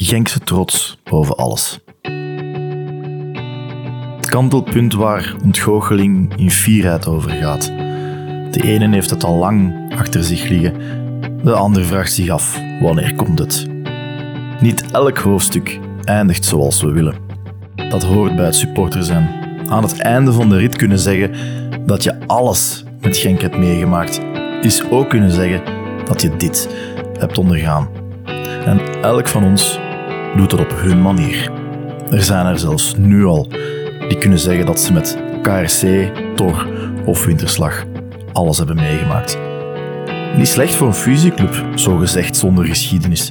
Genkse trots boven alles. Het kantelpunt waar ontgoocheling in fierheid overgaat. De ene heeft het al lang achter zich liggen, de ander vraagt zich af, wanneer komt het? Niet elk hoofdstuk eindigt zoals we willen. Dat hoort bij het supporter zijn. Aan het einde van de rit kunnen zeggen dat je alles met Genk hebt meegemaakt, is ook kunnen zeggen dat je dit hebt ondergaan. En elk van ons doet het op hun manier. Er zijn er zelfs nu al die kunnen zeggen dat ze met KRC, Tor of Winterslag alles hebben meegemaakt. Niet slecht voor een fusieclub, zogezegd zonder geschiedenis.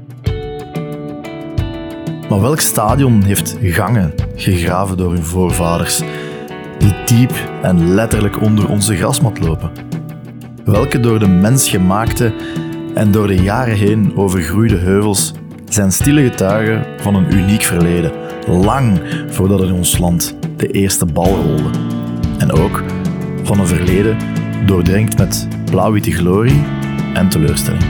Maar welk stadion heeft gangen gegraven door hun voorvaders, die diep en letterlijk onder onze grasmat lopen? Welke door de mens gemaakte en door de jaren heen overgroeide heuvels zijn stille getuigen van een uniek verleden, lang voordat in ons land de eerste bal rolde. En ook van een verleden doordrenkt met blauw-witte glorie en teleurstelling.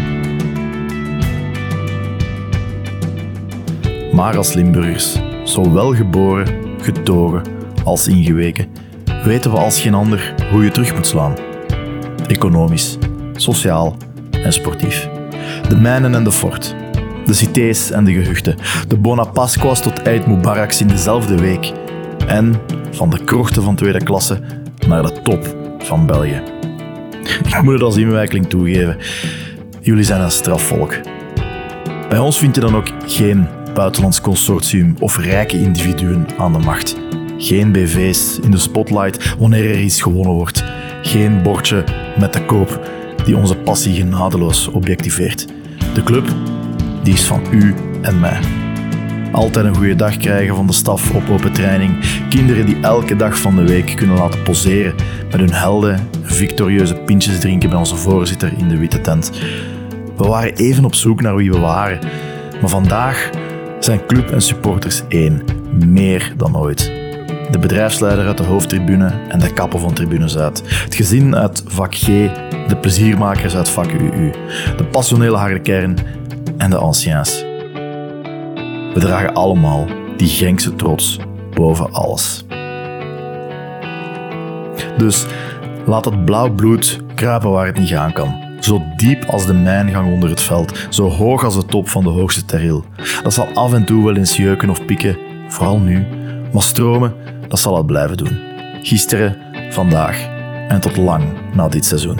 Maar als Limburgers, zowel geboren, getogen als ingeweken, weten we als geen ander hoe je terug moet slaan. Economisch, sociaal en sportief. De mijnen en de fort, de cités en de gehuchten, de Bonapasquas tot Eid Mubaraks in dezelfde week en van de krochten van tweede klasse naar de top van België. Ik moet het als inwijkeling toegeven, jullie zijn een strafvolk. Bij ons vind je dan ook geen buitenlands consortium of rijke individuen aan de macht. Geen BV's in de spotlight wanneer er iets gewonnen wordt. Geen bordje met de koop die onze passie genadeloos objectiveert. De club, die is van u en mij. Altijd een goede dag krijgen van de staf op open training. Kinderen die elke dag van de week kunnen laten poseren met hun helden en victorieuze pintjes drinken bij onze voorzitter in de witte tent. We waren even op zoek naar wie we waren. Maar vandaag zijn club en supporters één, meer dan ooit. De bedrijfsleider uit de hoofdtribune en de kappen van tribune Zuid. Het gezin uit vak G, de pleziermakers uit vak UU. De passionele harde kern en de anciens. We dragen allemaal die Genkse trots boven alles. Dus laat het blauw bloed kruipen waar het niet gaan kan. Zo diep als de mijngang onder het veld, zo hoog als de top van de hoogste terril. Dat zal af en toe wel eens jeuken of pieken, vooral nu. Maar stromen, dat zal het blijven doen. Gisteren, vandaag en tot lang na dit seizoen.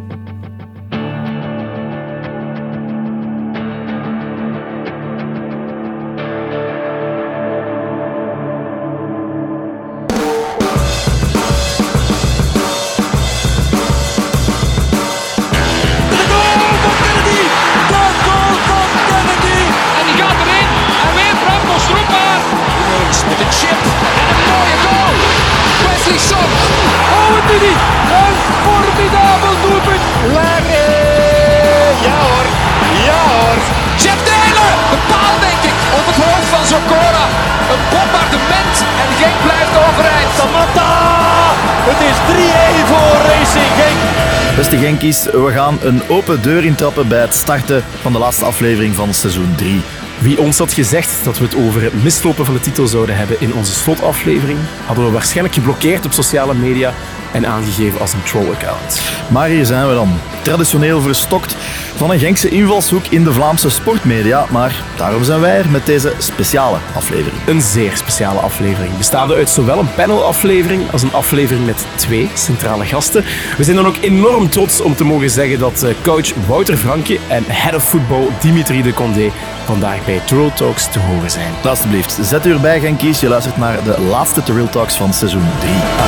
Beste Genkies, we gaan een open deur intrappen bij het starten van de laatste aflevering van seizoen 3. Wie ons had gezegd dat we het over het mislopen van de titel zouden hebben in onze slotaflevering, hadden we waarschijnlijk geblokkeerd op sociale media en aangegeven als een troll-account. Maar hier zijn we dan, traditioneel verstokt van een Genkse invalshoek in de Vlaamse sportmedia, maar daarom zijn wij er met deze speciale aflevering. Een zeer speciale aflevering, bestaande uit zowel een panelaflevering als een aflevering met 2 centrale gasten. We zijn dan ook enorm trots om te mogen zeggen dat coach Wouter Franke en head of football Dimitri de Condé vandaag bij Real Talks te horen zijn. Alsjeblieft, zet u erbij Genkies, je luistert naar de laatste Real Talks van seizoen 3.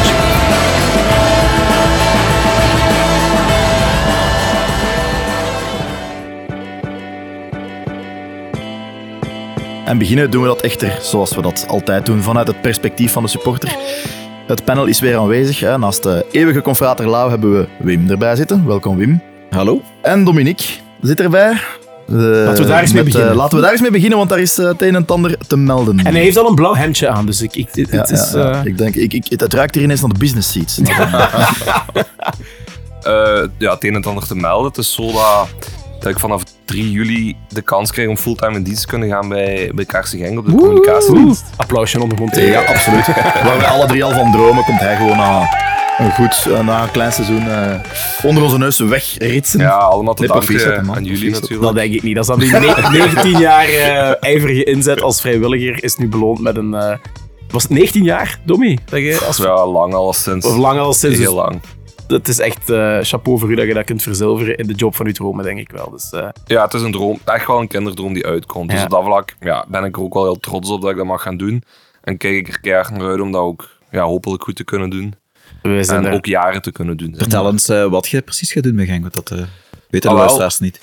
En beginnen doen we dat echter zoals we dat altijd doen, vanuit het perspectief van de supporter. Het panel is weer aanwezig. Hè. Naast de eeuwige confrater Lau hebben we Wim erbij zitten. Welkom Wim. Hallo. En Dominique zit erbij. Laten we daar eens mee beginnen. Laten we daar eens mee beginnen, want daar is het een en ander te melden. En hij heeft al een blauw hemdje aan, dus ik het ruikt hier ineens naar de business seats. Het een en ander te melden. Het is zo dat ik vanaf 3-4 3 juli de kans krijgen om fulltime in dienst te kunnen gaan bij Kaarsen Genk op de communicatiedienst. Applausje onder de mond. Ja, absoluut. Waar wij alle 3 al van dromen, komt hij gewoon na een klein seizoen onder onze neus wegritsen. Ja, allemaal te proficiat, danken man. aan jullie natuurlijk. Dat denk ik niet. Dat is dan die 19 jaar ijverige inzet als vrijwilliger is nu beloond met een... was het 19 jaar, Dommy? Dat je als... Ja, lang al sinds. Of lang al sinds. Heel lang. Het is echt chapeau voor u dat je dat kunt verzilveren in de job van uw dromen, denk ik wel. Dus, Ja, het is een droom. Echt wel een kinderdroom die uitkomt. Dus Ja. op dat vlak ben ik er ook wel heel trots op dat ik dat mag gaan doen. En kijk ik er keihard naar uit om dat ook hopelijk goed te kunnen doen. we zijn En er... ook jaren te kunnen doen. Vertel eens wat je precies gaat doen bij Genk, want dat weten de wel. luisteraars niet.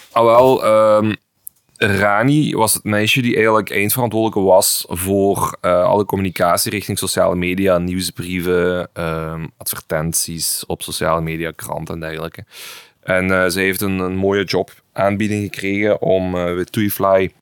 Rani was het meisje die eigenlijk eindverantwoordelijke was voor alle communicatie richting sociale media, nieuwsbrieven, advertenties op sociale media, kranten en dergelijke. En zij heeft een mooie jobaanbieding gekregen om with Tweefly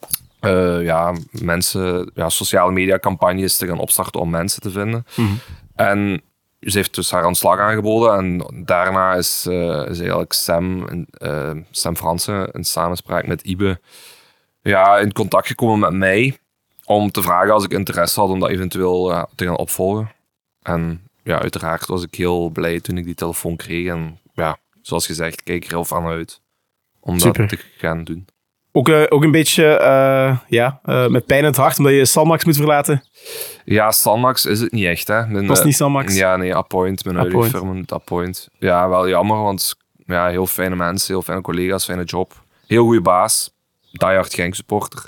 sociale media campagnes te gaan opstarten om mensen te vinden. En ze heeft dus haar ontslag aangeboden en daarna is eigenlijk Sam Fransen in samenspraak met Ibe in contact gekomen met mij om te vragen als ik interesse had om dat eventueel te gaan opvolgen. En ja, uiteraard was ik heel blij toen ik die telefoon kreeg en ja, zoals gezegd, kijk er heel van uit om Super. dat te gaan doen. Ook een beetje met pijn in het hart, omdat je Salmax moet verlaten. Ja, Salmax is het niet echt, hè. Was het niet Salmax? Ja, nee, Appoint. Mijn huidige Appoint. firma doet Appoint. Ja, wel jammer, want ja, heel fijne mensen, heel fijne collega's, fijne job. Heel goede baas. Diehard Genk supporter.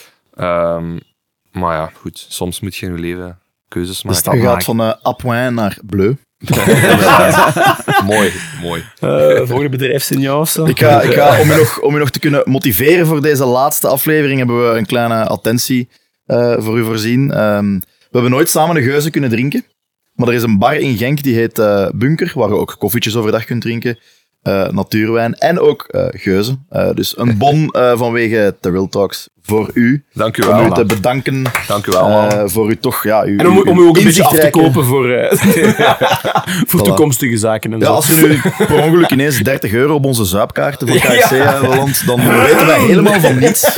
Maar ja, goed. Soms moet je in je leven keuzes maken. stap Je gaat maken. van Appoint naar Bleu. Mooi, mooi. Volgende bedrijfssignaal of zo. Ik ga om u nog te kunnen motiveren voor deze laatste aflevering, hebben we een kleine attentie voor u voorzien. We hebben nooit samen een geuze kunnen drinken, maar er is een bar in Genk die heet Bunker, waar je ook koffietjes overdag kunt drinken, natuurwijn en ook geuze. Dus een bon vanwege The Real Talks voor u. Dank u Om u wel. te bedanken Dank u wel, man. voor u toch... Ja, En om u ook een beetje af te inzichtrijke- kopen voor Voilà. toekomstige zaken en Ja, zo. als er nu per ongeluk ineens 30 euro op onze zuipkaarten voor KFC belandt, dan weten wij helemaal van niets.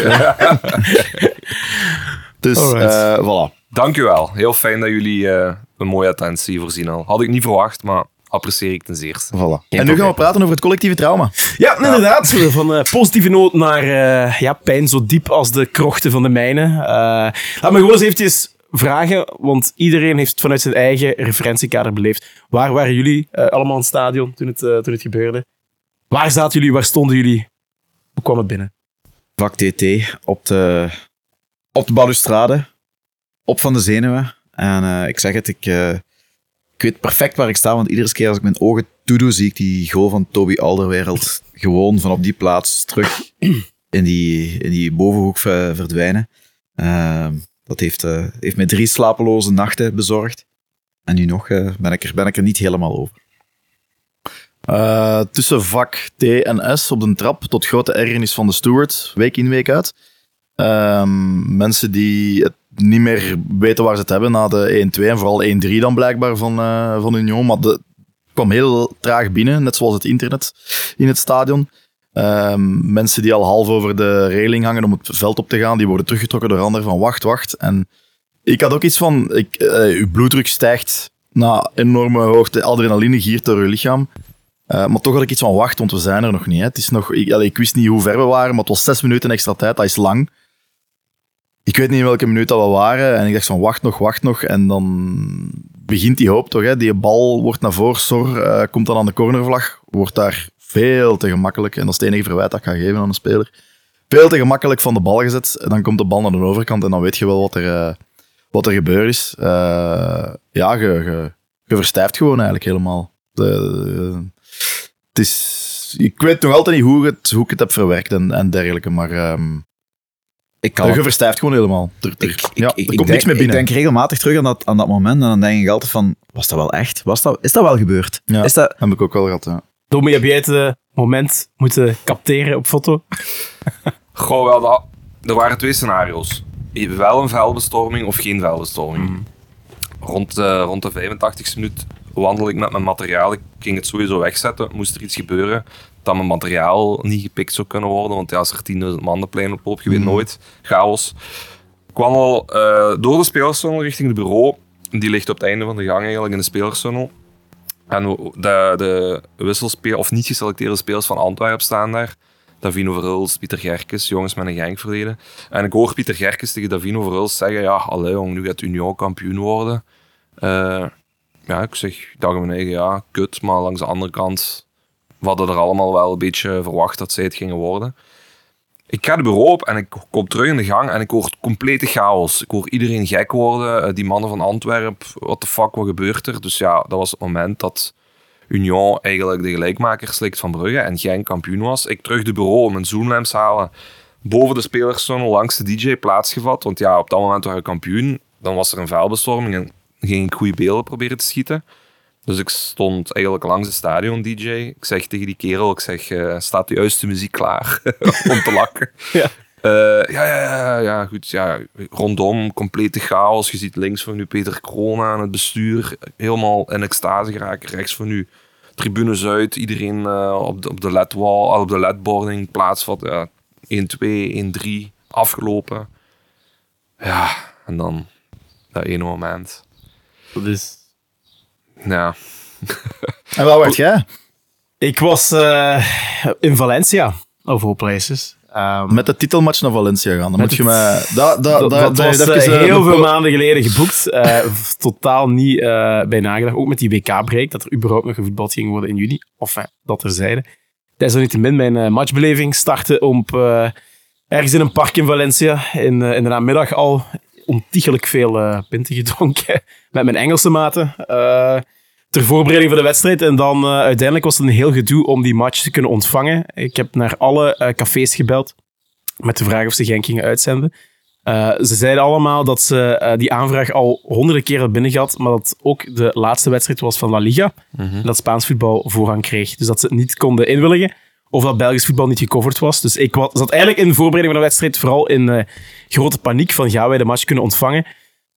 Dus, Alright. voilà. Dank u wel. Heel fijn dat jullie een mooie attentie voorzien al. Had ik niet verwacht, maar apprecieer ik ten zeerste. Voilà. En nu gaan we praten over het collectieve trauma. Ja, inderdaad. Van positieve noot naar pijn zo diep als de krochten van de mijnen. Laat me gewoon eens eventjes vragen, want iedereen heeft het vanuit zijn eigen referentiekader beleefd. Waar waren jullie allemaal in het stadion toen het gebeurde? Waar zaten jullie? Waar stonden jullie? Hoe kwam het binnen? Vak TT op de balustrade, op van de zenuwen. En ik zeg het, ik weet perfect waar ik sta, want iedere keer als ik mijn ogen toedoe, zie ik die goal van Toby Alderweireld gewoon van op die plaats terug in die bovenhoek verdwijnen. Dat heeft mij 3 slapeloze nachten bezorgd. En nu nog ben ik er niet helemaal over. Tussen vak T en S op de trap, tot grote ergernis van de steward, week in, week uit. Mensen die het niet meer weten waar ze het hebben na de 1-2 en vooral 1-3 dan blijkbaar van Union. Maar het kwam heel traag binnen, net zoals het internet in het stadion. Mensen die al half over de reling hangen om het veld op te gaan, die worden teruggetrokken door anderen van wacht. En ik had ook iets van, uw bloeddruk stijgt naar enorme hoogte, adrenaline giert door uw lichaam. Maar toch had ik iets van wacht, want we zijn er nog niet. Hè. Het is nog, ik wist niet hoe ver we waren, maar het was 6 minuten extra tijd, dat is lang. Ik weet niet in welke minuut dat we waren en ik dacht van wacht nog. En dan begint die hoop toch. Hè. Die bal wordt naar voren, Sor komt dan aan de cornervlag, wordt daar veel te gemakkelijk, en dat is het enige verwijt dat ik ga geven aan een speler, veel te gemakkelijk van de bal gezet. En dan komt de bal naar de overkant en dan weet je wel wat er gebeurd is. Je verstijft gewoon eigenlijk helemaal. Het is, ik weet nog altijd niet hoe ik het heb verwerkt en dergelijke, maar je verstijft gewoon helemaal. Er komt niks meer binnen. Ik denk regelmatig terug aan dat moment en dan denk ik altijd van, was dat wel echt? Is dat wel gebeurd? Ja, Is dat... heb ik ook wel gehad, ja. Domi, heb jij het moment moeten capteren op foto? Goh, wel, er waren 2 scenario's. Wel een vuilbestorming of geen vuilbestorming. Rond de 85e minuut wandel ik met mijn materiaal. Ik ging het sowieso wegzetten. Moest er iets gebeuren, dat mijn materiaal niet gepikt zou kunnen worden. Want ja, als er 10.000 man de plein op loopt, je weet nooit. Chaos. Ik kwam al door de spelerstunnel richting het bureau. Die ligt op het einde van de gang eigenlijk in de spelerstunnel. En de wisselspelers, of niet geselecteerde spelers van Antwerpen staan daar. Davino Verhulst, Pieter Gerkes, jongens met een Genk-verleden. En ik hoor Pieter Gerkes tegen Davino Verhulst zeggen, ja, allee jong, nu gaat Union kampioen worden. Ja, ik dacht in mijn eigen, ja, kut. Maar langs de andere kant, we hadden er allemaal wel een beetje verwacht dat zij het gingen worden. Ik ga de bureau op en ik kom terug in de gang en ik hoor complete chaos. Ik hoor iedereen gek worden. Die mannen van Antwerpen, what the fuck, wat gebeurt er? Dus ja, dat was het moment dat Union eigenlijk de gelijkmaker slikt van Brugge en Genk kampioen was. Ik terug de bureau om een zoomlens halen. Boven de spelerstunnel langs de DJ plaatsgevat. Want ja, op dat moment waren we kampioen. Dan was er een vuilbestorming en ging ik goede beelden proberen te schieten. Dus ik stond eigenlijk langs de stadion-dj. Ik zeg tegen die kerel, staat de juiste muziek klaar om te lakken? Ja, goed. Ja, rondom, complete chaos. Je ziet links van nu Peter Kroon aan het bestuur. Helemaal in extase geraken. Rechts van nu Tribune Zuid. Iedereen op de LED-wall, op de LED-boarding plaatsvat. Ja, 1-2, 1-3, afgelopen. Ja, en dan dat ene moment. Dat is... Ja. En waar werd jij? Ik was in Valencia, of all places. Met de titelmatch naar Valencia gaan. Dan moet je mij... Dat was heel veel maanden geleden geboekt. Totaal niet bij nagedacht. Ook met die WK-break, dat er überhaupt nog gevoetbald ging worden in juni. Enfin, dat terzijde. Desalniettemin, mijn matchbeleving startte op ergens in een park in Valencia. In de namiddag al ontiegelijk veel pinten gedronken. Met mijn Engelse maten. Ter voorbereiding van de wedstrijd. En dan uiteindelijk was het een heel gedoe om die match te kunnen ontvangen. Ik heb naar alle cafés gebeld met de vraag of ze Genk gingen uitzenden. Ze zeiden allemaal dat ze die aanvraag al honderden keer had binnengehad, maar dat ook de laatste wedstrijd was van La Liga. En dat Spaans voetbal voorrang kreeg. Dus dat ze het niet konden inwilligen. Of dat Belgisch voetbal niet gecoverd was. Dus ik zat eigenlijk in de voorbereiding van de wedstrijd vooral in grote paniek van gaan wij de match kunnen ontvangen.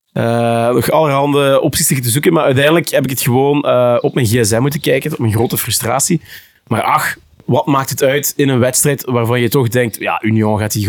Nog allerhande opties te zoeken, maar uiteindelijk heb ik het gewoon op mijn gsm moeten kijken, op mijn grote frustratie. Maar ach, wat maakt het uit in een wedstrijd waarvan je toch denkt, ja, Union gaat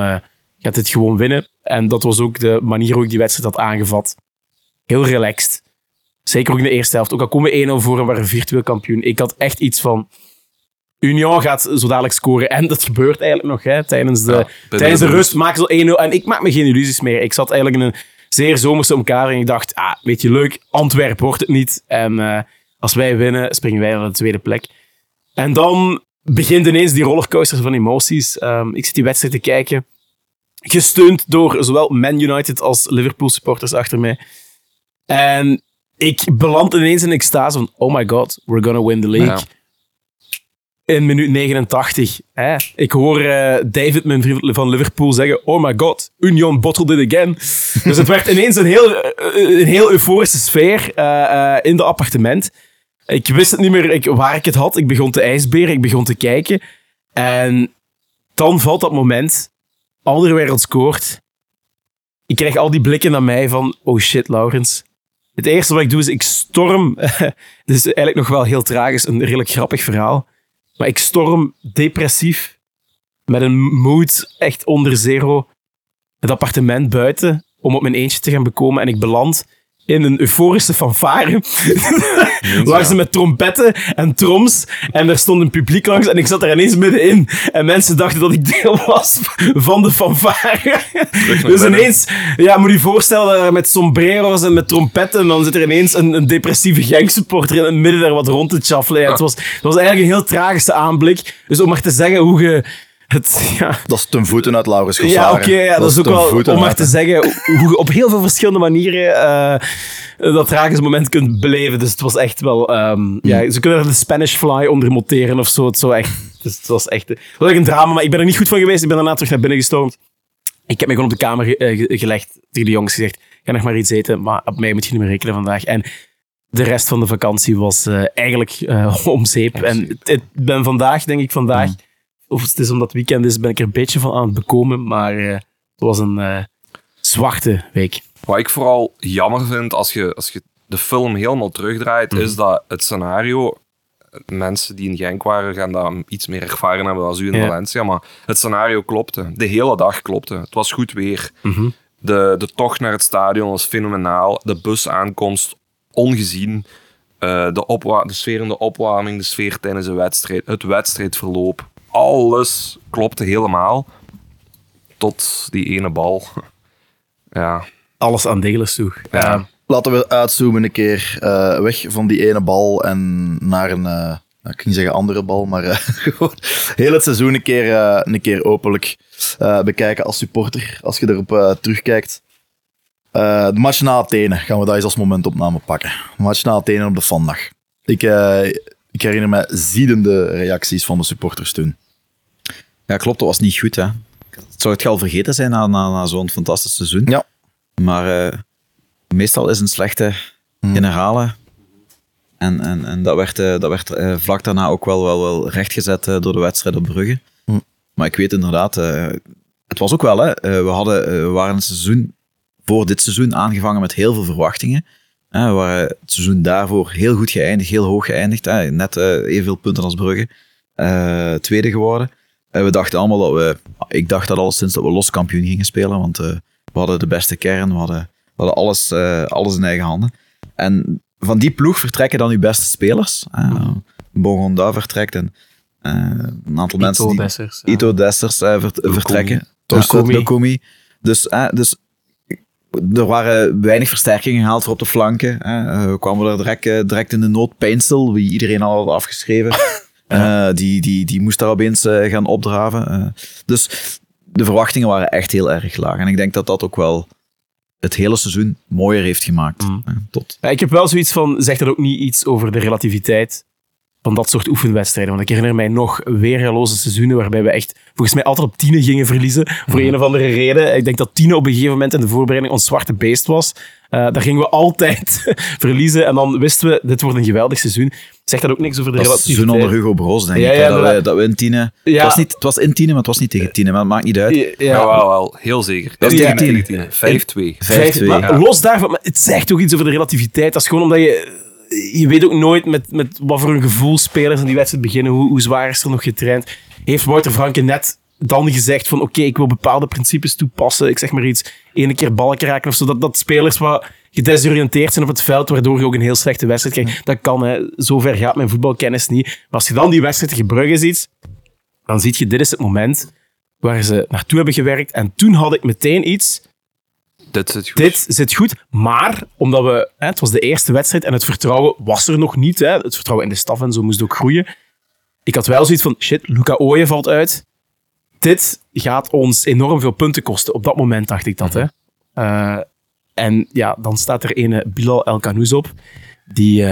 dit gewoon winnen. En dat was ook de manier hoe ik die wedstrijd had aangevat. Heel relaxed. Zeker ook in de eerste helft. Ook al komen we 1-0 voor en waren virtueel kampioen. Ik had echt iets van... Union gaat zo dadelijk scoren. En dat gebeurt eigenlijk nog. Hè. Tijdens de rust maken ze 1-0. En ik maak me geen illusies meer. Ik zat eigenlijk in een zeer zomerse omkadering. Ik dacht, weet je, leuk. Antwerpen wordt het niet. En als wij winnen, springen wij naar de tweede plek. En dan begint ineens die rollercoaster van emoties. Ik zit die wedstrijd te kijken. Gesteund door zowel Man United als Liverpool supporters achter mij. En ik beland ineens in extase van, oh my god, we're gonna win the league. Ja. In minuut 89. Ik hoor David, mijn vriend van Liverpool, zeggen, oh my god, Union bottled it again. Dus het werd ineens een heel euforische sfeer in de appartement. Ik wist het niet meer waar ik het had. Ik begon te ijsberen, ik begon te kijken. En dan valt dat moment. Andere wereld scoort. Ik krijg al die blikken naar mij van, oh shit, Laurens. Het eerste wat ik doe is, ik storm. Dit is eigenlijk nog wel heel tragisch, een redelijk grappig verhaal. Maar ik storm depressief, met een mood echt onder zero, het appartement buiten, om op mijn eentje te gaan bekomen. En ik beland in een euforische fanfare. Waar ze met trompetten en troms. En er stond een publiek langs en ik zat er ineens middenin. En mensen dachten dat ik deel was van de fanfare. Dus ineens, ja, moet je voorstellen, met sombrero's en met trompetten. En dan zit er ineens een depressieve Genk-supporter in het midden daar wat rond te chaffelen. Ja, het was eigenlijk een heel tragische aanblik. Dus om maar te zeggen hoe je... Dat is ten voeten uit Laurens Gossaren. Ja, oké, dat is ook wel om maar te zeggen hoe je op heel veel verschillende manieren dat tragische moment kunt beleven. Dus het was echt wel... ze kunnen er de Spanish Fly onder monteren of zo. Het was echt een drama, maar ik ben er niet goed van geweest. Ik ben daarna terug naar binnen gestormd. Ik heb me gewoon op de kamer gelegd, tegen de jongens gezegd, ga nog maar iets eten, maar op mij moet je niet meer rekenen vandaag. En de rest van de vakantie was eigenlijk om zeep. En ik ben vandaag, of het is omdat het weekend is, ben ik er een beetje van aan het bekomen. Maar het was een zwarte week. Wat ik vooral jammer vind, als je de film helemaal terugdraait, is dat het scenario mensen die in Genk waren gaan dat iets meer ervaren hebben als u in Valencia. Maar het scenario klopte. De hele dag klopte. Het was goed weer. Mm-hmm. De tocht naar het stadion was fenomenaal. De busaankomst ongezien. De sfeer in de opwarming, de sfeer tijdens de wedstrijd, het wedstrijdverloop. Alles klopte helemaal. Tot die ene bal. Ja. Alles aan delen sloeg. Ja. Laten we uitzoomen een keer weg van die ene bal en naar een, ik kan niet zeggen andere bal, maar gewoon heel het seizoen een keer openlijk bekijken als supporter, als je erop terugkijkt. De match na Athene, gaan we dat eens als momentopname pakken. De match na Athene op de Vandag. Ik herinner me ziedende reacties van de supporters toen. Ja, klopt, dat was niet goed. Hè. Zou het al vergeten zijn na zo'n fantastisch seizoen? Ja. Maar meestal is een slechte generale. En dat werd vlak daarna ook wel rechtgezet door de wedstrijd op Brugge. Maar ik weet inderdaad, het was ook wel, hè, we waren het seizoen voor dit seizoen aangevangen met heel veel verwachtingen. We waren het seizoen daarvoor heel goed geëindigd, heel hoog geëindigd. Net evenveel punten als Brugge. Tweede geworden. We dachten allemaal ik dacht dat alleszins dat we los kampioen gingen spelen, want we hadden de beste kern, we hadden alles in eigen handen. En van die ploeg vertrekken dan uw beste spelers. Bongonda vertrekt en een aantal mensen Ito Dessers vertrekken. Dokumi. Dus er waren weinig versterkingen gehaald voor op de flanken. We kwamen er direct in de nood. Peinsel, wie iedereen al had afgeschreven. Die moest daar opeens gaan opdraven. Dus de verwachtingen waren echt heel erg laag. En ik denk dat dat ook wel het hele seizoen mooier heeft gemaakt. Ja, ik heb wel zoiets van, zegt dat ook niet iets over de relativiteit van dat soort oefenwedstrijden? Want ik herinner mij nog weergaloze seizoenen waarbij we echt volgens mij altijd op 10 gingen verliezen. Voor een of andere reden. Ik denk dat 10 op een gegeven moment in de voorbereiding ons zwarte beest was. Daar gingen we altijd verliezen. En dan wisten we, dit wordt een geweldig seizoen. Zegt dat ook niks over de relativiteit? Dat seizoen onder Hugo Broos, denk ik. Dat we in Tiene... Ja. Het was in Tiene, maar het was niet tegen Tiene. Maar het maakt niet uit. Ja, wel, heel zeker. Dat is tegen Tiene. 5-2. Maar los daarvan, maar het zegt toch iets over de relativiteit. Dat is gewoon omdat je weet ook nooit met wat voor een gevoel spelers aan die wedstrijd beginnen. Hoe zwaar is er nog getraind? Heeft Wouter Franke net dan gezegd van oké, ik wil bepaalde principes toepassen. Ik zeg maar iets, 1 keer ballen raken of zo. Dat spelers wat gedesoriënteerd zijn op het veld, waardoor je ook een heel slechte wedstrijd krijgt. Dat kan, hè. Zover gaat mijn voetbalkennis niet. Maar als je dan die wedstrijd tegen Brugge ziet, dan zie je, dit is het moment waar ze naartoe hebben gewerkt. En toen had ik meteen iets... Dit zit goed, maar omdat het was de eerste wedstrijd en het vertrouwen was er nog niet. Het vertrouwen in de staf en zo moest ook groeien. Ik had wel zoiets van, shit, Luca Ooyen valt uit. Dit gaat ons enorm veel punten kosten. Op dat moment dacht ik dat. En ja, dan staat er ene Bilal El Kanouz op, die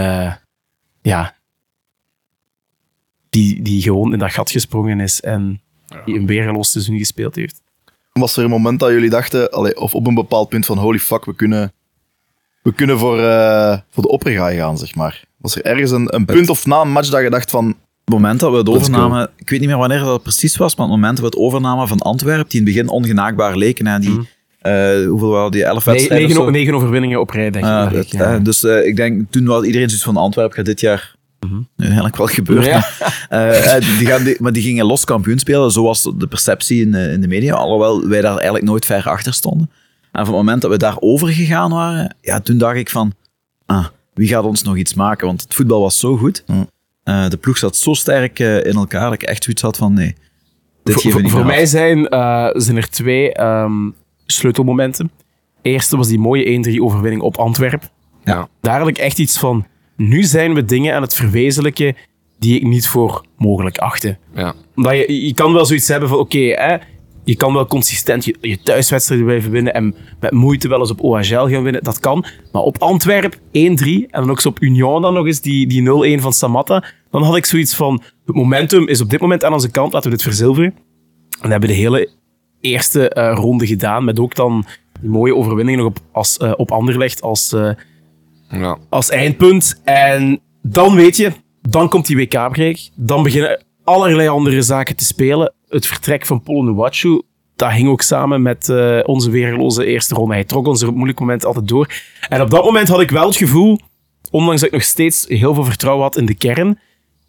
gewoon in dat gat gesprongen is en die een weergeloos seizoen gespeeld heeft. Was er een moment dat jullie dachten, of op een bepaald punt van holy fuck, we kunnen voor de oppergaai gaan, zeg maar. Was er ergens een punt of na een match dat je dacht van... Het moment dat we het overnamen, ik weet niet meer wanneer dat precies was, maar het moment dat we het overnamen van Antwerpen, die in het begin ongenaakbaar leken, hè, hoeveel waren die 11 wedstrijden? 9 overwinningen op rij, denk ik. Dus ik denk, toen was iedereen zoiets van Antwerpen gaat dit jaar eigenlijk wel gebeuren. Ja. Maar die gingen los kampioen spelen, zo was de perceptie in de media, alhoewel wij daar eigenlijk nooit ver achter stonden. En van het moment dat we daar overgegaan waren, toen dacht ik van, wie gaat ons nog iets maken? Want het voetbal was zo goed. De ploeg zat zo sterk in elkaar dat ik echt zoiets had van, nee, dit geven we niet voor mij zijn er 2 sleutelmomenten. Eerste was die mooie 1-3 overwinning op Antwerpen. Ja. Daar had ik echt iets van, nu zijn we dingen aan het verwezenlijken die ik niet voor mogelijk achtte. Ja. Omdat je kan wel zoiets hebben van, oké, je kan wel consistent je thuiswedstrijden blijven winnen en met moeite wel eens op OHL gaan winnen, dat kan. Maar op Antwerp 1-3 en dan ook zo op Union dan nog eens die 0-1 van Samatta, dan had ik zoiets van, het momentum is op dit moment aan onze kant, laten we dit verzilveren. En we hebben de hele eerste ronde gedaan, met ook dan die mooie overwinning nog op Anderlecht als eindpunt. En dan weet je, dan komt die WK-break, dan beginnen allerlei andere zaken te spelen. Het vertrek van Poloneuwachu, dat hing ook samen met onze weerloze eerste ronde. Hij trok ons er op moeilijk moment altijd door. En op dat moment had ik wel het gevoel, ondanks dat ik nog steeds heel veel vertrouwen had in de kern,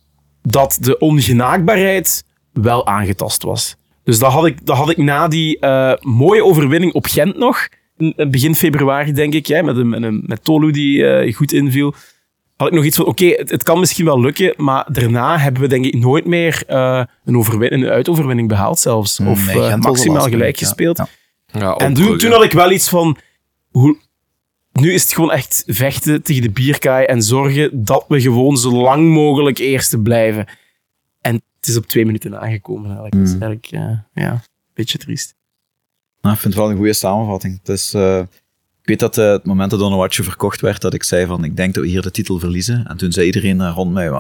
dat de ongenaakbaarheid wel aangetast was. Dus dat had ik na die mooie overwinning op Gent nog, begin februari denk ik, met Tolu die goed inviel, had ik nog iets van, oké, het kan misschien wel lukken, maar daarna hebben we denk ik nooit meer een uitoverwinning behaald zelfs. Of maximaal gelijk gespeeld. Ja. Ja, en toen had ik wel iets van, nu is het gewoon echt vechten tegen de bierkaai en zorgen dat we gewoon zo lang mogelijk eerste blijven. En het is op 2 minuten aangekomen eigenlijk. Dat is eigenlijk een beetje triest. Nou, ik vind het wel een goede samenvatting. Het is, ik weet dat het moment dat Onuachu verkocht werd, dat ik zei van, ik denk dat we hier de titel verliezen. En toen zei iedereen rond mij,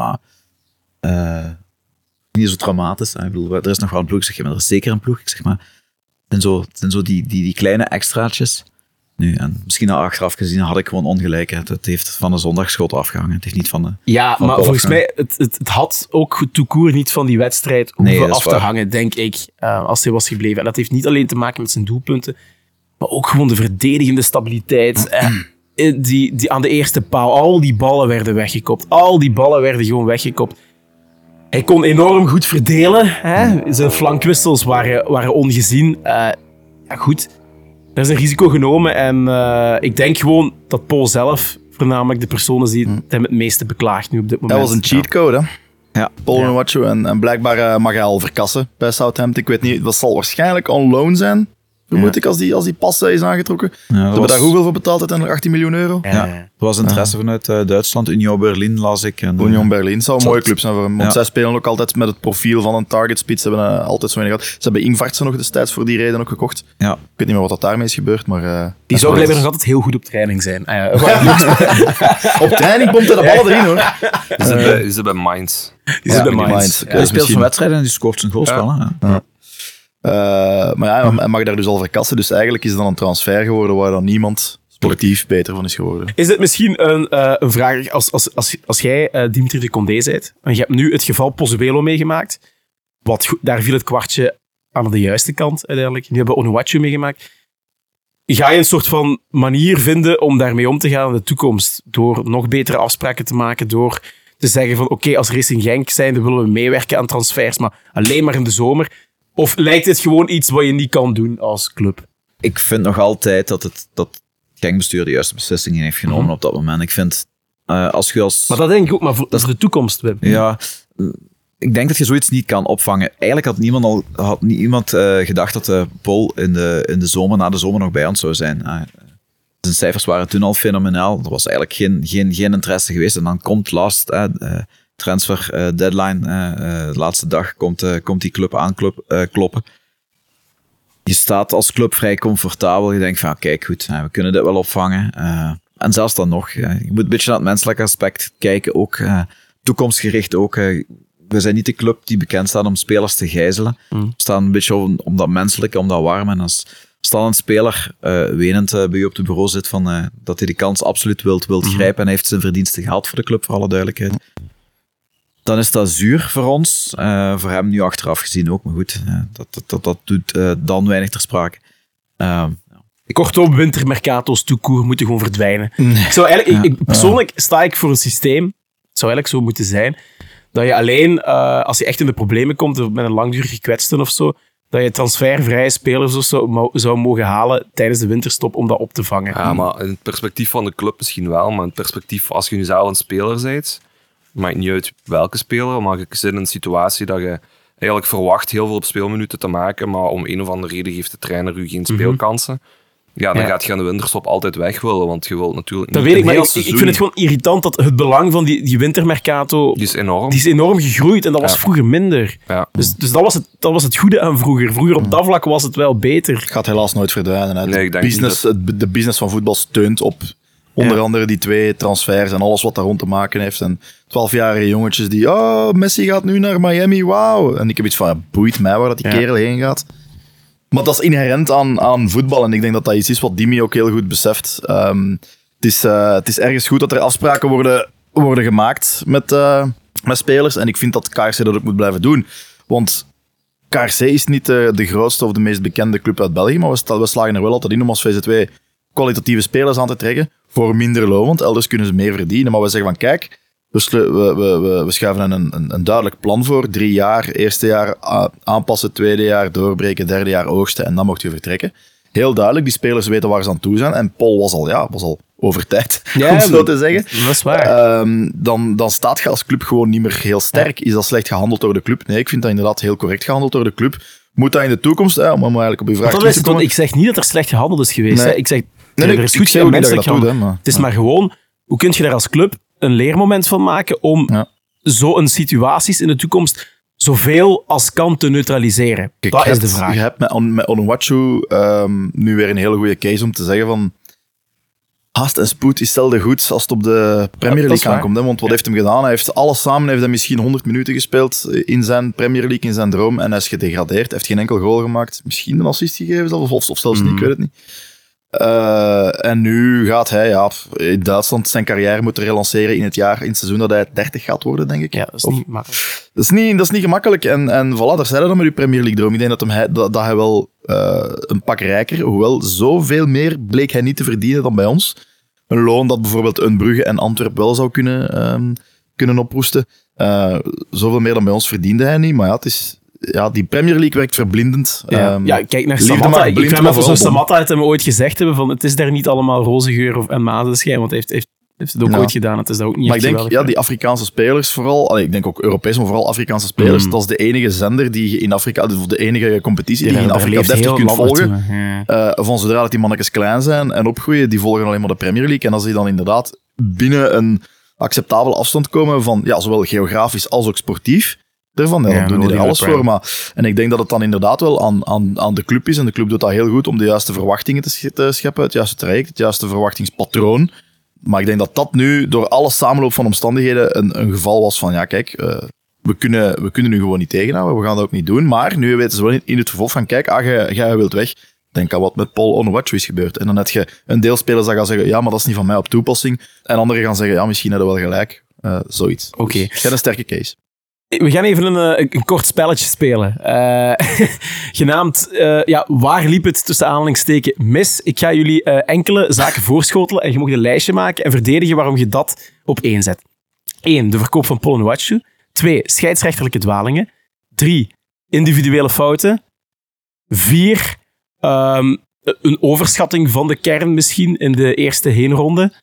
niet zo traumatisch. Ik bedoel, er is nog wel een ploeg. Ik zeg, maar er is zeker een ploeg. Ik zeg, maar het zijn zo die kleine extraatjes. Nu, en misschien achteraf gezien had ik gewoon ongelijk. Het heeft van de zondagschot afgehangen. Het heeft niet van de... Ja, maar volgens mij, het had ook toekoer niet van die wedstrijd hoeven af te hangen, denk ik, als hij was gebleven. En dat heeft niet alleen te maken met zijn doelpunten, maar ook gewoon de verdedigende stabiliteit. Die aan de eerste paal, al die ballen werden weggekopt. Al die ballen werden gewoon weggekopt. Hij kon enorm goed verdelen. Hè? Zijn flankwissels waren ongezien. Goed, er is een risico genomen. En ik denk gewoon dat Paul zelf voornamelijk de persoon is die hem het meeste beklaagt nu op dit moment. Dat was een cheatcode, hè? Ja. Paul Onuachu. En blijkbaar mag hij al verkassen bij Southampton. Ik weet niet, dat zal waarschijnlijk on loan zijn. Vermoed ik, als die pas is aangetrokken. Ze hebben daar hoeveel voor betaald? Uiteindelijk 18 miljoen euro? Ja. Er was interesse vanuit Duitsland. Union Berlin las ik. Union Berlin zou een mooie club zijn voor hem. Want zij spelen ook altijd met het profiel van een target spits. Ze hebben altijd zo weinig gehad. Ze hebben Ingvartsen nog destijds voor die reden ook gekocht. Ja. Ik weet niet meer wat dat daarmee is gebeurd. Maar, die zou blijkbaar nog altijd heel goed op training zijn. Op training komt hij de ballen erin, hoor. Is het bij Mainz? Hij speelt zijn wedstrijden en die scoort zijn goals wel. Maar hij mag daar dus al verkassen. Dus eigenlijk is het dan een transfer geworden waar dan niemand sportief beter van is geworden. Is het misschien een vraag, als jij Dimitri de Condé bent, en je hebt nu het geval Pozuelo meegemaakt, daar viel het kwartje aan de juiste kant uiteindelijk. Nu hebben we Onuachu meegemaakt. Ga je een soort van manier vinden om daarmee om te gaan in de toekomst? Door nog betere afspraken te maken, door te zeggen van oké, als Racing Genk zijnde willen we meewerken aan transfers, maar alleen maar in de zomer. Of lijkt het gewoon iets wat je niet kan doen als club? Ik vind nog altijd dat het Genkbestuur de juiste beslissingen heeft genomen op dat moment. Ik vind, als je als... Maar dat denk ik ook, maar voor de toekomst, Wim. Ja, ik denk dat je zoiets niet kan opvangen. Eigenlijk had niemand gedacht dat Paul in de zomer, na de zomer nog bij ons zou zijn. Zijn cijfers waren toen al fenomenaal. Er was eigenlijk geen interesse geweest. En dan komt last... transfer deadline, de laatste dag komt die club aankloppen. Je staat als club vrij comfortabel. Je denkt van, kijk goed, we kunnen dit wel opvangen. En zelfs dan nog, je moet een beetje naar het menselijke aspect kijken, ook toekomstgericht ook. We zijn niet de club die bekend staat om spelers te gijzelen. We staan een beetje om dat menselijke, om dat warm. En als dan een speler wenend bij je op het bureau zit van, dat hij de kans absoluut wilt grijpen en hij heeft zijn verdiensten gehad voor de club, voor alle duidelijkheid. Dan is dat zuur voor ons. Voor hem nu achteraf gezien ook. Maar goed, dat doet dan weinig ter sprake. Kortom, wintermercato's toekoer moeten gewoon verdwijnen. Persoonlijk sta ik voor een systeem. Het zou eigenlijk zo moeten zijn. Dat je alleen, als je echt in de problemen komt, met een langdurige kwetsten of zo, dat je transfervrije spelers of zo zou mogen halen tijdens de winterstop om dat op te vangen. Ja, maar in het perspectief van de club misschien wel. Maar in het perspectief, als je nu zelf een speler bent... Maakt niet uit welke speler, maar je zit in een situatie dat je eigenlijk verwacht heel veel op speelminuten te maken, maar om een of andere reden geeft de trainer u geen speelkansen. Ja, dan gaat je aan de winterstop altijd weg willen, want je wilt natuurlijk dat niet... Dat weet ik, maar ik vind het gewoon irritant dat het belang van die wintermercato... Die is enorm gegroeid en dat was vroeger minder. Ja. Dus dat was het goede aan vroeger. Vroeger op dat vlak was het wel beter. Het gaat helaas nooit verdwijnen. Hè. Nee, De business van voetbal steunt op... Onder andere die 2 transfers en alles wat daar rond te maken heeft. En 12-jarige jongetjes die... Oh, Messi gaat nu naar Miami, wauw. En ik heb iets van, boeit mij waar dat die kerel heen gaat. Maar dat is inherent aan voetbal. En ik denk dat dat iets is wat Dimi ook heel goed beseft. Het is ergens goed dat er afspraken worden gemaakt met spelers. En ik vind dat KRC dat ook moet blijven doen. Want KRC is niet de grootste of de meest bekende club uit België. Maar we slagen er wel altijd in om als VZ2 kwalitatieve spelers aan te trekken. Voor minder loon, want elders kunnen ze meer verdienen. Maar we zeggen van, kijk, we schuiven een duidelijk plan voor. 3 jaar, eerste jaar aanpassen, tweede jaar doorbreken, derde jaar oogsten en dan mocht je vertrekken. Heel duidelijk, die spelers weten waar ze aan toe zijn. En Paul was al over tijd, om zo te zeggen. Dat is waar. Dan staat je als club gewoon niet meer heel sterk. Is dat slecht gehandeld door de club? Nee, ik vind dat inderdaad heel correct gehandeld door de club. Moet dat in de toekomst, om eigenlijk op je vraag terug te komen? Ik zeg niet dat er slecht gehandeld is geweest. Nee. Hè. Ik zeg, Nee, er is goed veel menselijk gehandeld. maar Het is maar gewoon, hoe kun je daar als club een leermoment van maken om zo'n situaties in de toekomst zoveel als kan te neutraliseren? Kijk, dat is de vraag. Je hebt met Onuachu nu weer een hele goede case om te zeggen van haast en spoed is zelden goed als het op de Premier League aankomt. Hè? Want wat heeft hem gedaan? Hij heeft alles samen, heeft hij misschien 100 minuten gespeeld in zijn Premier League, in zijn droom, en hij is gedegradeerd, heeft geen enkel goal gemaakt, misschien een assist gegeven of zelfs niet, ik weet het niet. En nu gaat hij in Duitsland zijn carrière moeten relanceren in het seizoen dat hij 30 gaat worden, denk ik. Ja, dat is niet makkelijk. Dat is niet gemakkelijk. En voilà, daar zijn we dan met uw Premier League droom. Ik denk dat hij wel een pak rijker, hoewel zoveel meer bleek hij niet te verdienen dan bij ons. Een loon dat bijvoorbeeld een Brugge en Antwerp wel zou kunnen oproesten. Zoveel meer dan bij ons verdiende hij niet. Maar ja, het is... Ja, die Premier League werkt verblindend. Kijk naar Samatta. Ik weet niet of zo'n Samatta het hem ooit gezegd hebben van het is daar niet allemaal roze geur en maneschijn, want hij heeft het ook ooit gedaan. Het is dat ook niet maar echt ik denk, die Afrikaanse spelers vooral, ik denk ook Europees, maar vooral Afrikaanse spelers, dat is de enige zender die je in Afrika, of de enige competitie die je in Afrika deftig kunt volgen. Van zodra dat die mannetjes klein zijn en opgroeien, die volgen alleen maar de Premier League. En als die dan inderdaad binnen een acceptabele afstand komen van zowel geografisch als ook sportief, dan doen die er alles voor. En ik denk dat het dan inderdaad wel aan de club is. En de club doet dat heel goed om de juiste verwachtingen te scheppen. Het juiste traject, het juiste verwachtingspatroon. Maar ik denk dat dat nu door alle samenloop van omstandigheden een geval was van we kunnen nu gewoon niet tegenhouden. We gaan dat ook niet doen. Maar nu weten ze wel in het vervolg van jij wilt weg. Denk aan wat met Paul Onuachu is gebeurd. En dan heb je een deel spelers dat gaan zeggen maar dat is niet van mij op toepassing. En anderen gaan zeggen misschien hebben we wel gelijk. Zoiets. Oké. Dus, een sterke case. We gaan even een kort spelletje spelen. Genaamd, waar liep het tussen aanhalingstekens mis? Ik ga jullie enkele zaken voorschotelen en je mag een lijstje maken en verdedigen waarom je dat op 1 zet. 1. De verkoop van Paul Onuachu. 2. Scheidsrechterlijke dwalingen. 3. Individuele fouten. 4. Een overschatting van de kern misschien in de eerste heenronde.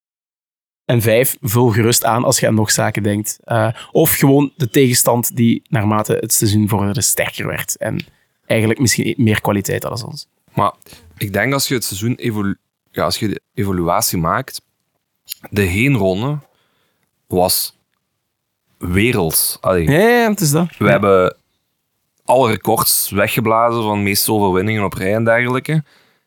En 5, vul gerust aan als je aan nog zaken denkt. Of gewoon de tegenstand die naarmate het seizoen vorderde sterker werd. En eigenlijk misschien meer kwaliteit had als ons. Maar ik denk als je het seizoen als je de evaluatie maakt, de heenronde was werelds. Ja, het is dat. We hebben alle records weggeblazen van meeste overwinningen op rij en dergelijke.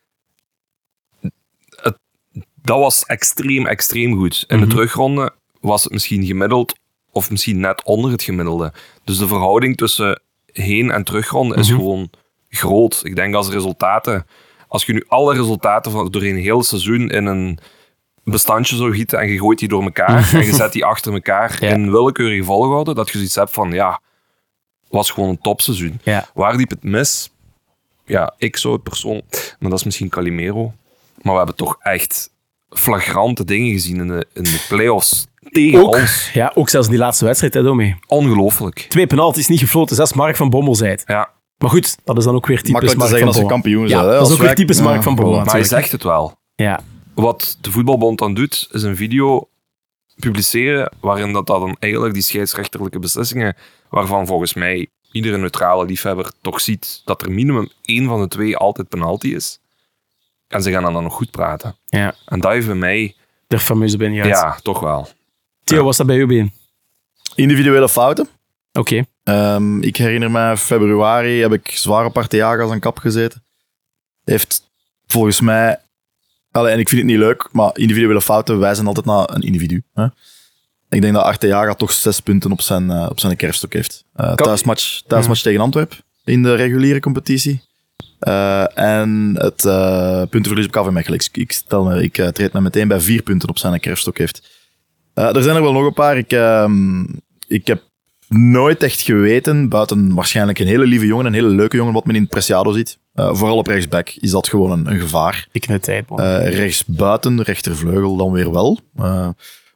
Dat was extreem, extreem goed. In de terugronde was het misschien gemiddeld of misschien net onder het gemiddelde. Dus de verhouding tussen heen- en terugronde is gewoon groot. Ik denk als je nu alle resultaten van doorheen een heel seizoen in een bestandje zou gieten en je gooit die door elkaar en je zet die achter elkaar in willekeurige volgorde, dat je zoiets hebt van, was gewoon een topseizoen. Ja. Waar liep het mis? Ja, ik zou het persoonlijk... Maar dat is misschien Calimero. Maar we hebben toch echt flagrante dingen gezien in de play-offs tegen ons. Ja, ook zelfs in die laatste wedstrijd, hè, Domi. Ongelooflijk. 2 penalties niet gefloten, 6 Mark van Bommel zei het. Ja. Maar goed, dat is dan ook weer typisch Makkelijk Mark te zeggen van als ze Bommel. kampioen zijn. Dat is ook weer typisch Mark van Bommel. Maar hij zegt het wel. Ja. Wat de voetbalbond dan doet, is een video publiceren waarin dat dan eigenlijk die scheidsrechterlijke beslissingen, waarvan volgens mij iedere neutrale liefhebber toch ziet dat er minimum 1 van de 2 altijd penalty is. En ze gaan dan nog goed praten. Ja. En dat heeft bij mij... De fameuze binnengaat. Ja, toch wel. Theo, was dat bij u been? Individuele fouten. Oké. Ik herinner me, februari heb ik zwaar op Arteaga aan kap gezeten. Heeft volgens mij... en ik vind het niet leuk, maar individuele fouten wijzen altijd naar een individu. Hè? Ik denk dat Arteaga toch 6 punten op zijn kerfstok heeft. Thuismatch tegen Antwerpen in de reguliere competitie. En het puntenverlies op KV Mechelen. Ik treed me meteen bij 4 punten op zijn kerfstok heeft. Er zijn er wel nog een paar. Ik heb nooit echt geweten, buiten waarschijnlijk een hele lieve jongen, een hele leuke jongen, wat men in het Preciado ziet. Vooral op rechtsback is dat gewoon een gevaar. Ik net tijd, man. Rechtsbuiten, rechtervleugel dan weer wel.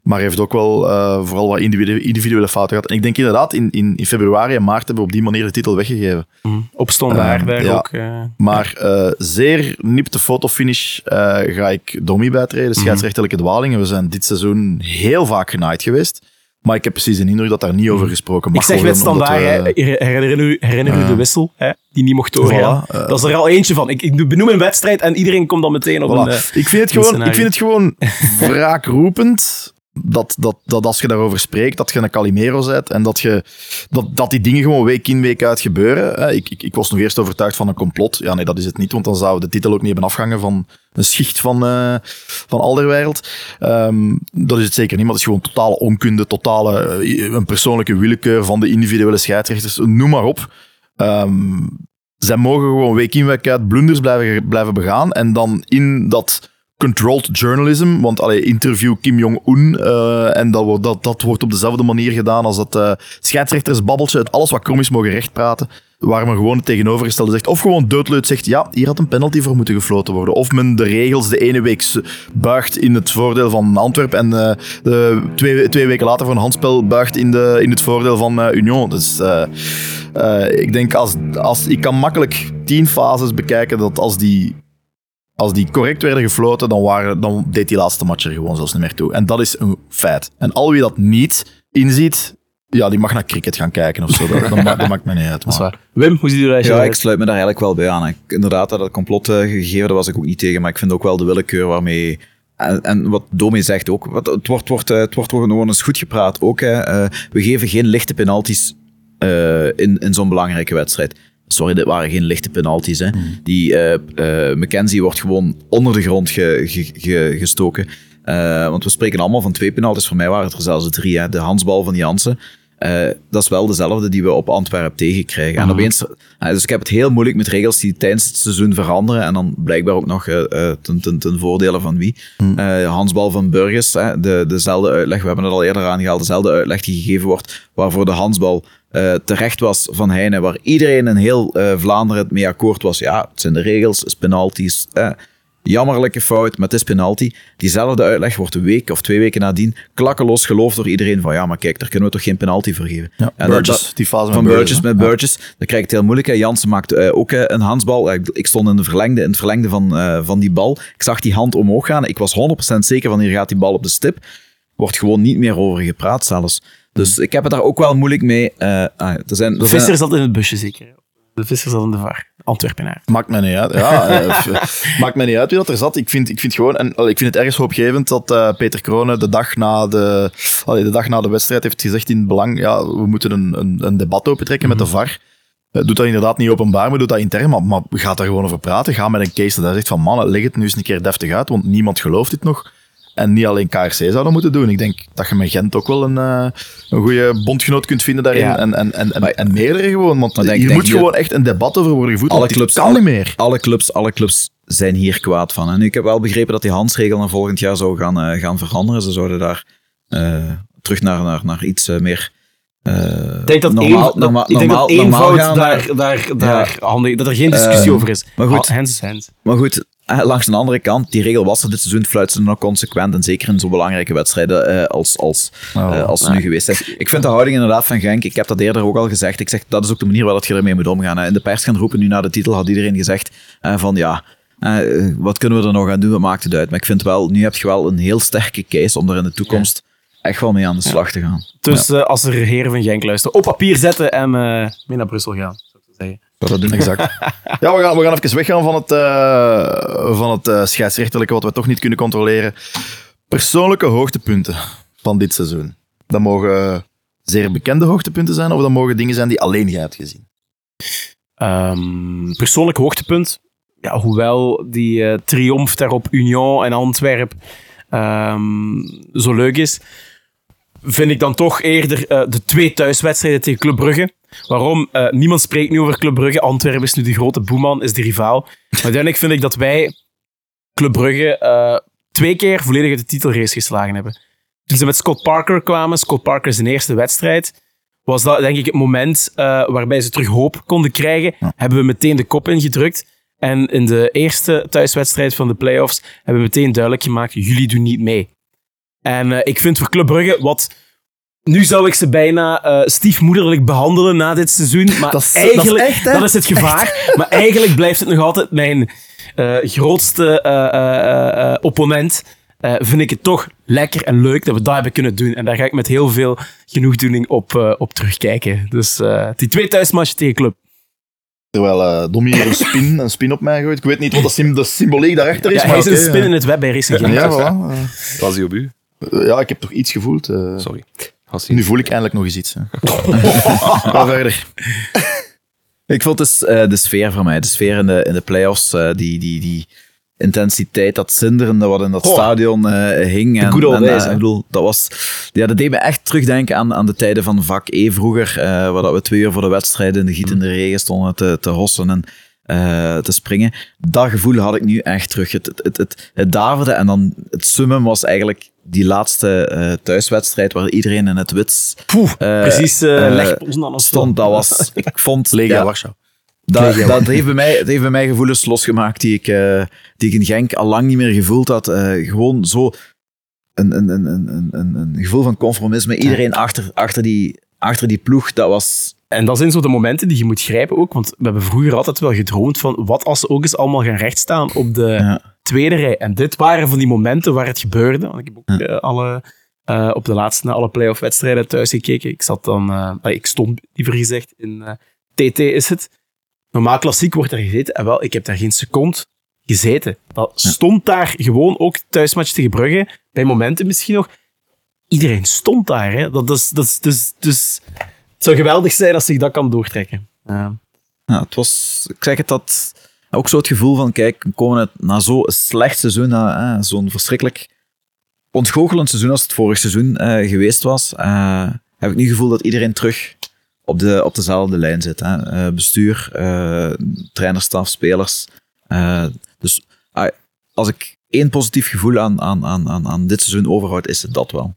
Maar hij heeft ook wel vooral wat individuele fouten gehad. En ik denk inderdaad, in februari en maart hebben we op die manier de titel weggegeven. Op Standaard daar ook. Maar zeer nipte fotofinish ga ik Domi bijtreden. Scheidsrechterlijke dwalingen. We zijn dit seizoen heel vaak genaaid geweest. Maar ik heb precies de indruk dat daar niet over gesproken mag worden. Ik zeg met Standaard, herinner u de wissel, die niet mocht doorgaan. Dat is er al eentje van. Ik benoem een wedstrijd en iedereen komt dan meteen op een ik vind het gewoon wraakroepend dat als je daarover spreekt, dat je een Calimero bent en dat die dingen gewoon week in, week uit gebeuren. Ik was nog eerst overtuigd van een complot. Ja, nee, dat is het niet, want dan zou de titel ook niet hebben afgehangen van een schicht van Alderweireld. Dat is het zeker niet, maar het is gewoon totale onkunde, een persoonlijke willekeur van de individuele scheidsrechters. Noem maar op. Zij mogen gewoon week in, week uit blunders blijven begaan en dan in dat controlled journalism, want interview Kim Jong-un en dat wordt op dezelfde manier gedaan als dat scheidsrechtersbabbeltje, uit alles wat krom is mogen rechtpraten, waar men gewoon het tegenovergestelde zegt, of gewoon doodleut zegt, ja, hier had een penalty voor moeten gefloten worden, of men de regels de ene week buigt in het voordeel van Antwerpen en twee weken later voor een handspel buigt in het voordeel van Union. Dus ik denk, ik kan makkelijk 10 fases bekijken dat als die correct werden gefloten, dan deed die laatste match er gewoon zelfs niet meer toe. En dat is een feit. En al wie dat niet inziet, ja, die mag naar cricket gaan kijken of zo. Dat maakt me niet uit. Dat is waar. Wim, hoe ziet u dat? Ja, ik sluit me daar eigenlijk wel bij aan. Inderdaad, dat complot gegeven, daar was ik ook niet tegen. Maar ik vind ook wel de willekeur waarmee... En wat Domi zegt ook, het wordt gewoon eens goed gepraat ook. We geven geen lichte penalties in zo'n belangrijke wedstrijd. Sorry, dit waren geen lichte penalties. Hè. Die McKenzie wordt gewoon onder de grond gestoken. Want we spreken allemaal van 2 penalties. Voor mij waren het er zelfs 3. Hè. De handsbal van Jansen. Dat is wel dezelfde die we op Antwerpen tegenkrijgen. En opeens, dus ik heb het heel moeilijk met regels die tijdens het seizoen veranderen. En dan blijkbaar ook nog ten voordele van wie. Handsbal van Burgers. Dezelfde uitleg, we hebben het al eerder aangehaald. Dezelfde uitleg die gegeven wordt waarvoor de handsbal terecht was van Heine. Waar iedereen in heel Vlaanderen het mee akkoord was. Ja, het zijn de regels, het is penalties. Jammerlijke fout, maar het is penalty. Diezelfde uitleg wordt een week of 2 weken nadien klakkeloos geloofd door iedereen van ja, maar kijk, daar kunnen we toch geen penalty voor geven. Ja, en Burgess, die fase van Burgess met Burgess, dan krijg ik het heel moeilijk. Jansen maakt ook een handsbal. Ik stond in het verlengde van die bal. Ik zag die hand omhoog gaan. Ik was 100% zeker van hier gaat die bal op de stip. Wordt gewoon niet meer over gepraat zelfs. Dus ik heb het daar ook wel moeilijk mee. De Visser zat in het busje zeker. De Visser zat in de VAR. Antwerpenaar. Maakt mij niet uit. Ja, maakt mij niet uit wie dat er zat. Ik vind gewoon, en ik vind het ergens hoopgevend dat Peter Kronen de dag na de wedstrijd heeft gezegd in het belang, ja, we moeten een debat opentrekken met de VAR. Doet dat inderdaad niet openbaar, maar doet dat intern. Maar gaat daar gewoon over praten. Ga met een case dat hij zegt van mannen, leg het nu eens een keer deftig uit, want niemand gelooft dit nog. En niet alleen KRC zou dat moeten doen. Ik denk dat je met Gent ook wel een goede bondgenoot kunt vinden daarin. Ja. En meerdere gewoon. Want hier moet gewoon echt een debat over worden gevoerd. Alle clubs kan niet meer. Alle clubs zijn hier kwaad van. En ik heb wel begrepen dat die handsregel naar volgend jaar zou gaan veranderen. Ze zouden daar terug naar iets meer... ik denk dat eenvoud daar handig, dat er geen discussie over is. Maar goed, hands is hands. Maar goed, langs de andere kant, die regel was er dit seizoen, fluiten ze nog consequent en zeker in zo'n belangrijke wedstrijden als ze nu geweest zijn. Ik vind de houding inderdaad van Genk, ik heb dat eerder ook al gezegd, ik zeg, dat is ook de manier waarop je ermee moet omgaan. In de pers gaan roepen nu na de titel, had iedereen gezegd van ja, wat kunnen we er nog aan doen, wat maakt het uit? Maar ik vind wel, nu heb je wel een heel sterke case om er in de toekomst echt wel mee aan de slag te gaan. Dus als er heren van Genk luisteren, op papier zetten en mee naar Brussel gaan, zou ik zeggen. Dat doen, exact. Ja, we gaan even weggaan van het scheidsrechterlijke, wat we toch niet kunnen controleren. Persoonlijke hoogtepunten van dit seizoen. Dat mogen zeer bekende hoogtepunten zijn, of dat mogen dingen zijn die alleen jij hebt gezien. Persoonlijk hoogtepunt, ja, hoewel die triomf daar op Union en Antwerpen zo leuk is, vind ik dan toch eerder de 2 thuiswedstrijden tegen Club Brugge. Waarom? Niemand spreekt nu over Club Brugge. Antwerpen is nu de grote boeman, is de rivaal. Maar uiteindelijk vind ik dat wij Club Brugge 2 keer volledig uit de titelrace geslagen hebben. Toen ze met Scott Parker kwamen, Scott Parker zijn eerste wedstrijd, was dat denk ik het moment waarbij ze terug hoop konden krijgen. Ja. Hebben we meteen de kop ingedrukt. En in de eerste thuiswedstrijd van de playoffs hebben we meteen duidelijk gemaakt, jullie doen niet mee. En ik vind voor Club Brugge, nu zou ik ze bijna stiefmoederlijk behandelen na dit seizoen, maar eigenlijk, dat is het gevaar. Echt? Maar eigenlijk blijft het nog altijd mijn grootste opponent. Vind ik het toch lekker en leuk dat we dat hebben kunnen doen. En daar ga ik met heel veel genoegdoening op terugkijken. Dus die 2 thuismatchen tegen Club. Terwijl Dommy hier een spin op mij gooit. Ik weet niet wat de symboliek daarachter is. Ja, hij is een spin in het web bij Racing Genk. Ja, voilà. Was hij op u? Ja, ik heb toch iets gevoeld. Sorry. Nu voel ik eindelijk nog eens iets. Ga verder. Ik vond de sfeer van mij. De sfeer in de play-offs. Die intensiteit, dat zinderende wat in dat stadion hing. De good old days. Ik bedoel, dat deed me echt terugdenken aan de tijden van vak E vroeger, waar dat we 2 uur voor de wedstrijd in de gietende regen stonden te hossen en te springen. Dat gevoel had ik nu echt terug. Het daverde en dan het summum was eigenlijk die laatste thuiswedstrijd waar iedereen in het wit precies legpozen aan ons stond. Dat was, ik vond... Legia Warschau. Dat heeft bij mij gevoelens losgemaakt die ik in Genk al lang niet meer gevoeld had. Gewoon zo een gevoel van conformisme. Iedereen achter die ploeg, dat was... En dat zijn zo de momenten die je moet grijpen ook, want we hebben vroeger altijd wel gedroomd van wat als ze ook eens allemaal gaan rechtstaan op de tweede rij. En dit waren van die momenten waar het gebeurde. Want ik heb ook op de laatste alle play-off wedstrijden thuis gekeken. Ik stond liever gezegd in TT is het. Normaal klassiek wordt er gezeten. En wel, ik heb daar geen seconde gezeten. Dat stond daar gewoon ook thuismatch tegen Brugge. Bij momenten misschien nog. Iedereen stond daar. Hè. Dus het zou geweldig zijn als zich dat kan doortrekken. Het was, ik zeg het, dat ook zo het gevoel van, kijk, we komen na zo'n slecht seizoen, na zo'n verschrikkelijk ontgoochelend seizoen als het vorig seizoen geweest was, heb ik nu het gevoel dat iedereen terug op dezelfde lijn zit. Bestuur, trainerstaf, spelers. Dus als ik 1 positief gevoel aan dit seizoen overhoud, is het dat wel.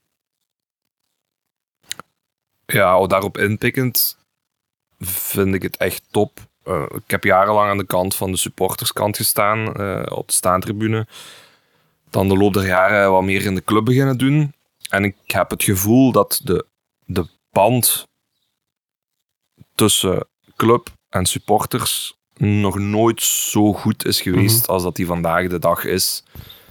Ja, daarop inpikkend vind ik het echt top. Ik heb jarenlang aan de kant van de supporterskant gestaan, op de staantribune. Dan de loop der jaren wat meer in de club beginnen doen. En ik heb het gevoel dat de band tussen club en supporters nog nooit zo goed is geweest als dat die vandaag de dag is.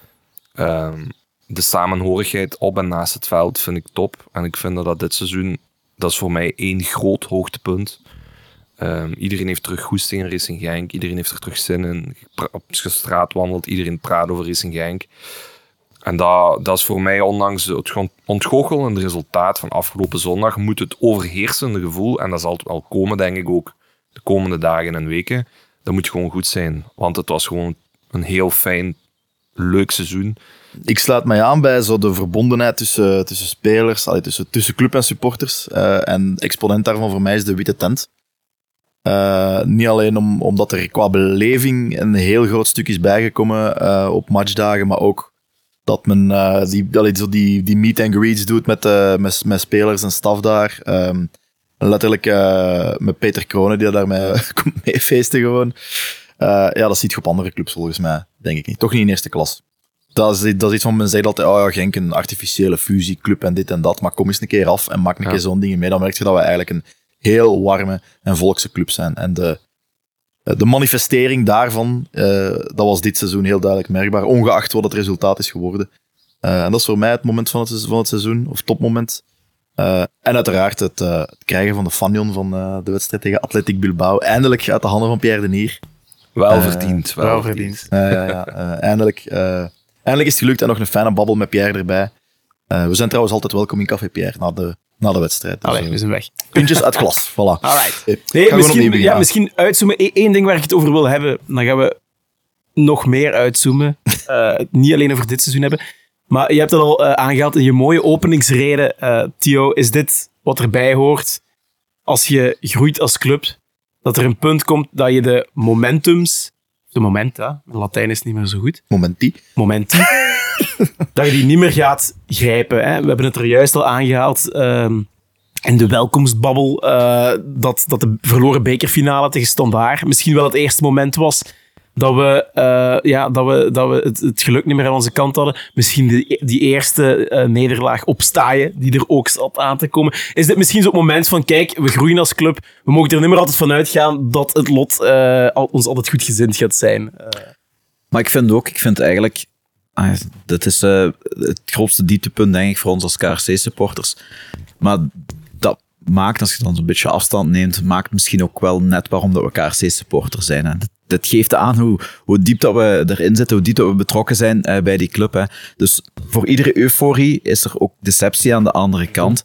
De samenhorigheid op en naast het veld vind ik top. En ik vind dat dit seizoen, dat is voor mij 1 groot hoogtepunt. Iedereen heeft terug goesting in Racing Genk. Iedereen heeft er terug zin in. Als je straat wandelt, iedereen praat over Racing Genk. En dat is voor mij, ondanks het ontgoochelende resultaat van afgelopen zondag, moet het overheersende gevoel, en dat zal wel komen, denk ik ook, de komende dagen en weken, dat moet gewoon goed zijn. Want het was gewoon een heel fijn, leuk seizoen. Ik sluit mij aan bij zo de verbondenheid tussen spelers, tussen club en supporters. En exponent daarvan voor mij is de witte tent. Niet alleen omdat er qua beleving een heel groot stuk is bijgekomen op matchdagen, maar ook dat men die meet and greets doet met spelers en staf daar. Letterlijk met Peter Kronen, die daarmee komt meefeesten gewoon. Dat ziet je op andere clubs volgens mij, denk ik niet. Toch niet in eerste klas. Dat is iets van men zegt altijd, Genk een artificiële fusieclub en dit en dat, maar kom eens een keer af en maak een keer zo'n dingen mee. Dan merk je dat we eigenlijk een heel warme en volkse club zijn. En de manifestering daarvan, dat was dit seizoen heel duidelijk merkbaar, ongeacht wat het resultaat is geworden. En dat is voor mij het moment van het seizoen, of topmoment. En uiteraard het krijgen van de fanion van de wedstrijd tegen Athletic Bilbao. Eindelijk uit de handen van Pierre Denier. Wel verdiend. Eindelijk is het gelukt en nog een fijne babbel met Pierre erbij. We zijn trouwens altijd welkom in Café Pierre na de wedstrijd. Dus, we zijn weg. Puntjes uit glas, voilà. Alright. Misschien uitzoomen. Eén ding waar ik het over wil hebben, dan gaan we nog meer uitzoomen. Niet alleen over dit seizoen hebben. Maar je hebt het al aangehaald in je mooie openingsrede. Theo, is dit wat erbij hoort als je groeit als club? Dat er een punt komt dat je de momentums... De momenta, Latijn is niet meer zo goed. Momenti. Dat je die niet meer gaat grijpen. Hè? We hebben het er juist al aangehaald in de welkomstbabbel dat de verloren bekerfinale tegen Standaard misschien wel het eerste moment was dat we het geluk niet meer aan onze kant hadden. Misschien die eerste nederlaag op Staaien, die er ook zat aan te komen. Is dit misschien zo'n moment van, kijk, we groeien als club, we mogen er niet meer altijd van uitgaan dat het lot ons altijd goed gezind gaat zijn. Maar ik vind eigenlijk, dit is het grootste dieptepunt, denk ik, voor ons als KRC-supporters. Maar dat maakt, als je dan zo'n beetje afstand neemt, maakt misschien ook wel net waarom dat we KRC-supporters zijn. Hè. Dat geeft aan hoe diep dat we erin zitten, hoe diep dat we betrokken zijn bij die club. Hè. Dus voor iedere euforie is er ook deceptie aan de andere kant.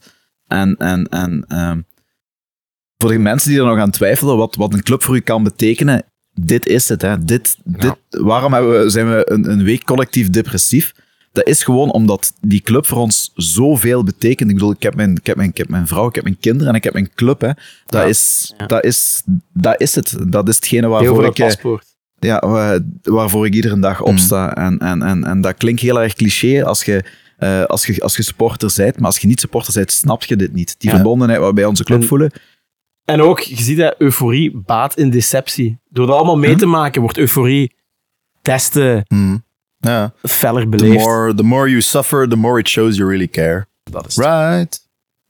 En voor de mensen die er nog aan twijfelen wat een club voor u kan betekenen, dit is het. Hè. Waarom zijn we een week collectief depressief? Dat is gewoon omdat die club voor ons zoveel betekent. Ik bedoel, ik heb mijn vrouw, ik heb mijn kinderen en ik heb mijn club. Hè. Dat is het. Dat is hetgene waarvoor ik... paspoort. Ja, waarvoor ik iedere dag opsta. En dat klinkt heel erg cliché als je supporter bent, maar als je niet supporter bent, snap je dit niet. Die verbondenheid waar we bij onze club voelen. En ook, je ziet dat euforie baat in deceptie. Door dat allemaal mee te maken, wordt euforie testen feller beleefd. The more you suffer, the more it shows you really care. Dat is Right.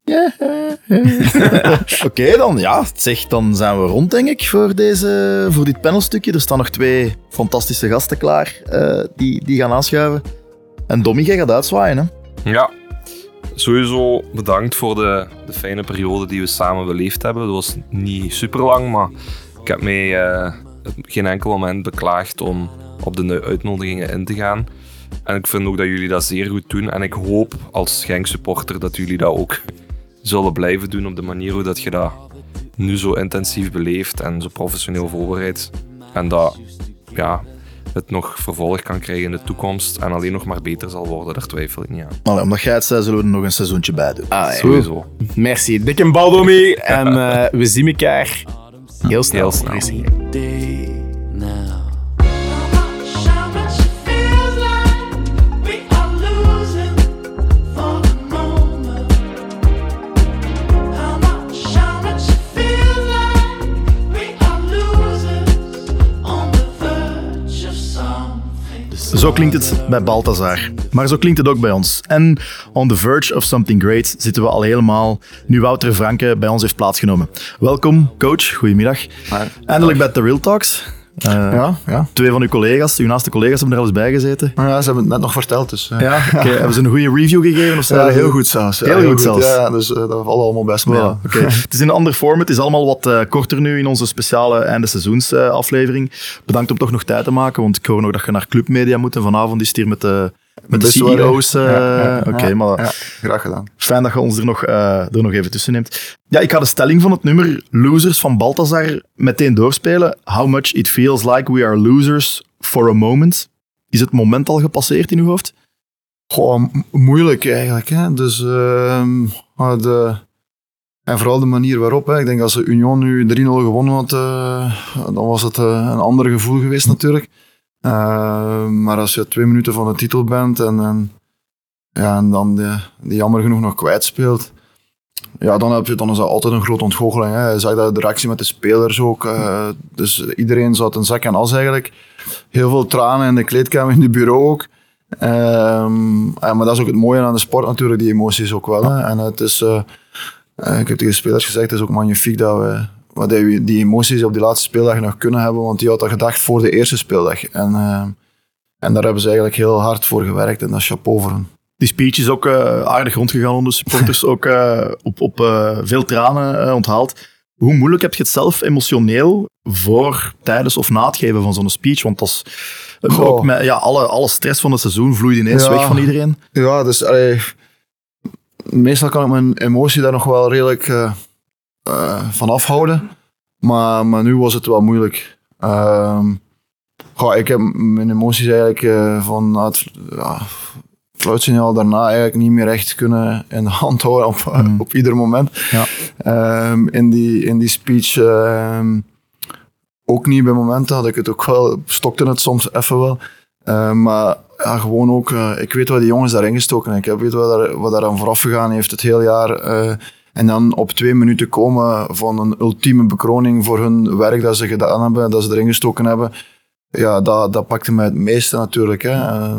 Yeah. Oké, dan zijn we rond, denk ik, voor dit panelstukje. Er staan nog 2 fantastische gasten klaar die gaan aanschuiven. En Dommy, jij gaat uitzwaaien, hè? Ja, sowieso bedankt voor de fijne periode die we samen beleefd hebben. Dat was niet super lang, maar ik heb mij geen enkel moment beklaagd om op de uitnodigingen in te gaan. En ik vind ook dat jullie dat zeer goed doen. En ik hoop als Genk-supporter dat jullie dat ook zullen blijven doen op de manier hoe dat je dat nu zo intensief beleeft en zo professioneel voorbereidt. En dat het nog vervolg kan krijgen in de toekomst en alleen nog maar beter zal worden, daar twijfel ik niet aan. Allee, omdat jij het zei, zullen we er nog een seizoentje bij doen. Sowieso. Merci. Dik en bal, Dommy. En we zien elkaar heel snel. Zo klinkt het bij Balthazar, maar zo klinkt het ook bij ons. En on the verge of something great zitten we al helemaal, nu Wouter Franke bij ons heeft plaatsgenomen. Welkom, coach. Goedemiddag. Eindelijk bij The Real Talks. Ja. 2 van uw collega's, uw naaste collega's hebben er al eens bij gezeten. Ja, ze hebben het net nog verteld. Dus, Hebben ze een goede review gegeven? Of ja, heel goed zelfs. Heel goed zelfs. Ja, dus dat valt allemaal best mee. Voilà, okay. Het is in een ander format. Het is allemaal wat korter nu in onze speciale einde seizoens aflevering. Bedankt om toch nog tijd te maken, want ik hoor nog dat je naar Clubmedia moet en vanavond is het hier met de CEO's. Maar graag gedaan. Fijn dat je ons er nog even tussen neemt. Ja, ik ga de stelling van het nummer Losers van Balthazar meteen doorspelen. How much it feels like we are losers for a moment. Is het moment al gepasseerd in uw hoofd? Goh, moeilijk eigenlijk. Hè? Dus, en vooral de manier waarop. Hè. Ik denk als de Union nu 3-0 gewonnen had, dan was het een ander gevoel geweest natuurlijk. Maar als je 2 minuten van de titel bent en dan die jammer genoeg nog kwijtspeelt, ja, dan is dat altijd een grote ontgoocheling. Hè. Je zag dat de reactie met de spelers ook. Dus iedereen zat een zak en as eigenlijk. Heel veel tranen in de kleedkamer, in het bureau ook. Maar dat is ook het mooie aan de sport natuurlijk, die emoties ook wel. Hè. En het is, ik heb tegen de spelers gezegd, het is ook magnifiek dat we die emoties op die laatste speeldag nog kunnen hebben, want die had dat gedacht voor de eerste speeldag. En daar hebben ze eigenlijk heel hard voor gewerkt en dat is chapeau voor hen. Die speech is ook aardig rondgegaan onder supporters, ook op veel tranen onthaald. Hoe moeilijk heb je het zelf emotioneel voor, tijdens of na het geven van zo'n speech? Want dat is ook met, alle stress van het seizoen vloeit ineens weg van iedereen. Ja, dus meestal kan ik mijn emotie daar nog wel redelijk van afhouden. Maar nu was het wel moeilijk. Ik heb mijn emoties eigenlijk van het fluitsignaal daarna eigenlijk niet meer echt kunnen in de hand houden op ieder moment. Ja. In die speech ook niet bij momenten had ik het ook wel, stokte het soms even wel. Maar ja, gewoon ook, ik weet wat die jongens daarin gestoken. Ik weet wat daar aan vooraf gegaan heeft het hele jaar. En dan op 2 minuten komen van een ultieme bekroning voor hun werk dat ze gedaan hebben, dat ze erin gestoken hebben. ja, dat pakte mij het meeste natuurlijk. Hè.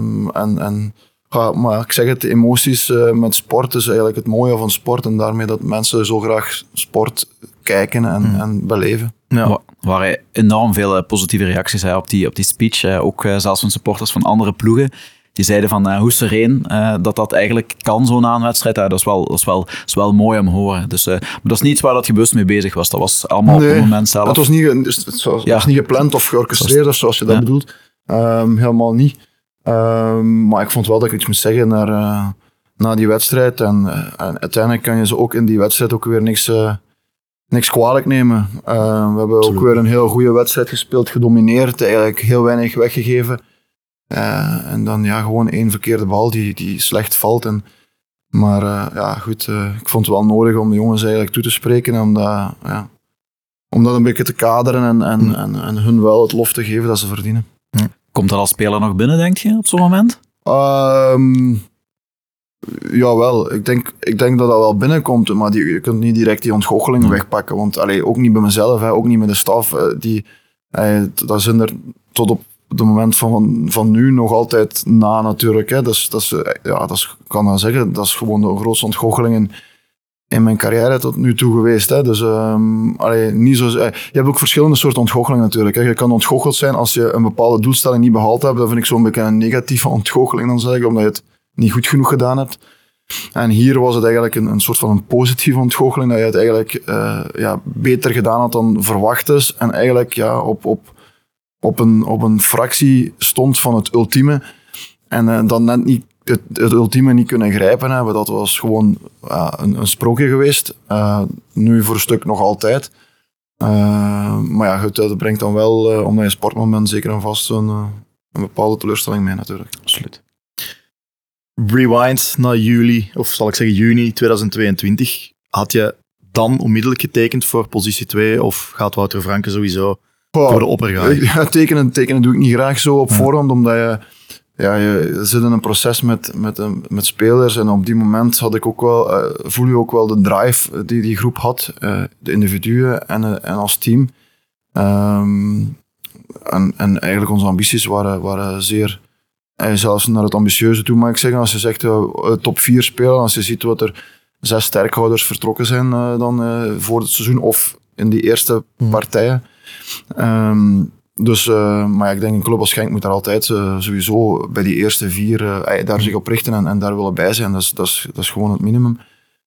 Maar ik zeg het, de emoties met sport is eigenlijk het mooie van sport. En daarmee dat mensen zo graag sport kijken en beleven. Ja. Er waren enorm veel positieve reacties op die speech. Ook zelfs van supporters van andere ploegen. Die zeiden van hoe sereen dat eigenlijk kan zo na een wedstrijd. Dat is wel mooi om te horen. Dus, maar dat is niet waar dat je bewust mee bezig was. Dat was allemaal op het moment zelf. Het was niet gepland of georchestreerd of zoals je dat bedoelt. Helemaal niet. Maar ik vond wel dat ik iets moest zeggen na die wedstrijd. En uiteindelijk kan je ze ook in die wedstrijd ook weer niks kwalijk nemen. We hebben ook weer een heel goede wedstrijd gespeeld, gedomineerd, eigenlijk heel weinig weggegeven. En dan gewoon één verkeerde bal die slecht valt. Maar goed, ik vond het wel nodig om de jongens eigenlijk toe te spreken. Om dat een beetje te kaderen en hun wel het lof te geven dat ze verdienen. Komt dat als speler nog binnen, denk je, op zo'n moment? Jawel, ik denk dat dat wel binnenkomt, maar je kunt niet direct die ontgoocheling wegpakken. Want ook niet bij mezelf, ook niet met de staf. Dat zijn er tot op het moment van nu nog altijd na natuurlijk. Hè. Dat kan ik zeggen, dat is gewoon de grootste ontgoocheling in mijn carrière tot nu toe geweest. Hè. Dus niet zo. Je hebt ook verschillende soorten ontgoocheling natuurlijk. Hè. Je kan ontgoocheld zijn als je een bepaalde doelstelling niet behaald hebt. Dat vind ik zo'n beetje een negatieve ontgoocheling dan zeg ik, omdat je het niet goed genoeg gedaan hebt. En hier was het eigenlijk een soort van een positieve ontgoocheling, dat je het eigenlijk beter gedaan had dan verwacht is. En eigenlijk op een fractie stond van het ultieme. En dan net niet het ultieme niet kunnen grijpen hebben. Dat was gewoon een sprookje geweest. Nu voor een stuk nog altijd. Maar goed, dat brengt dan wel, omdat je sportman bent, zeker en vast een bepaalde teleurstelling mee natuurlijk. Absoluut. Rewind naar juli, of zal ik zeggen juni 2022. Had je dan onmiddellijk getekend voor positie 2 of gaat Wouter Franke sowieso voor de oppergaai? Ja, tekenen doe ik niet graag zo op voorhand, omdat je zit in een proces met spelers en op die moment had ik ook wel, voel je ook wel de drive die groep had, de individuen en als team. En eigenlijk onze ambities waren zeer... zelfs naar het ambitieuze toe, mag ik zeggen. Als je zegt top 4 spelen, als je ziet wat er 6 sterkhouders vertrokken zijn dan voor het seizoen of in die eerste partijen. Maar ik denk een club als Genk moet daar altijd sowieso bij die eerste 4 daar zich op richten en daar willen bij zijn. Dat is gewoon het minimum.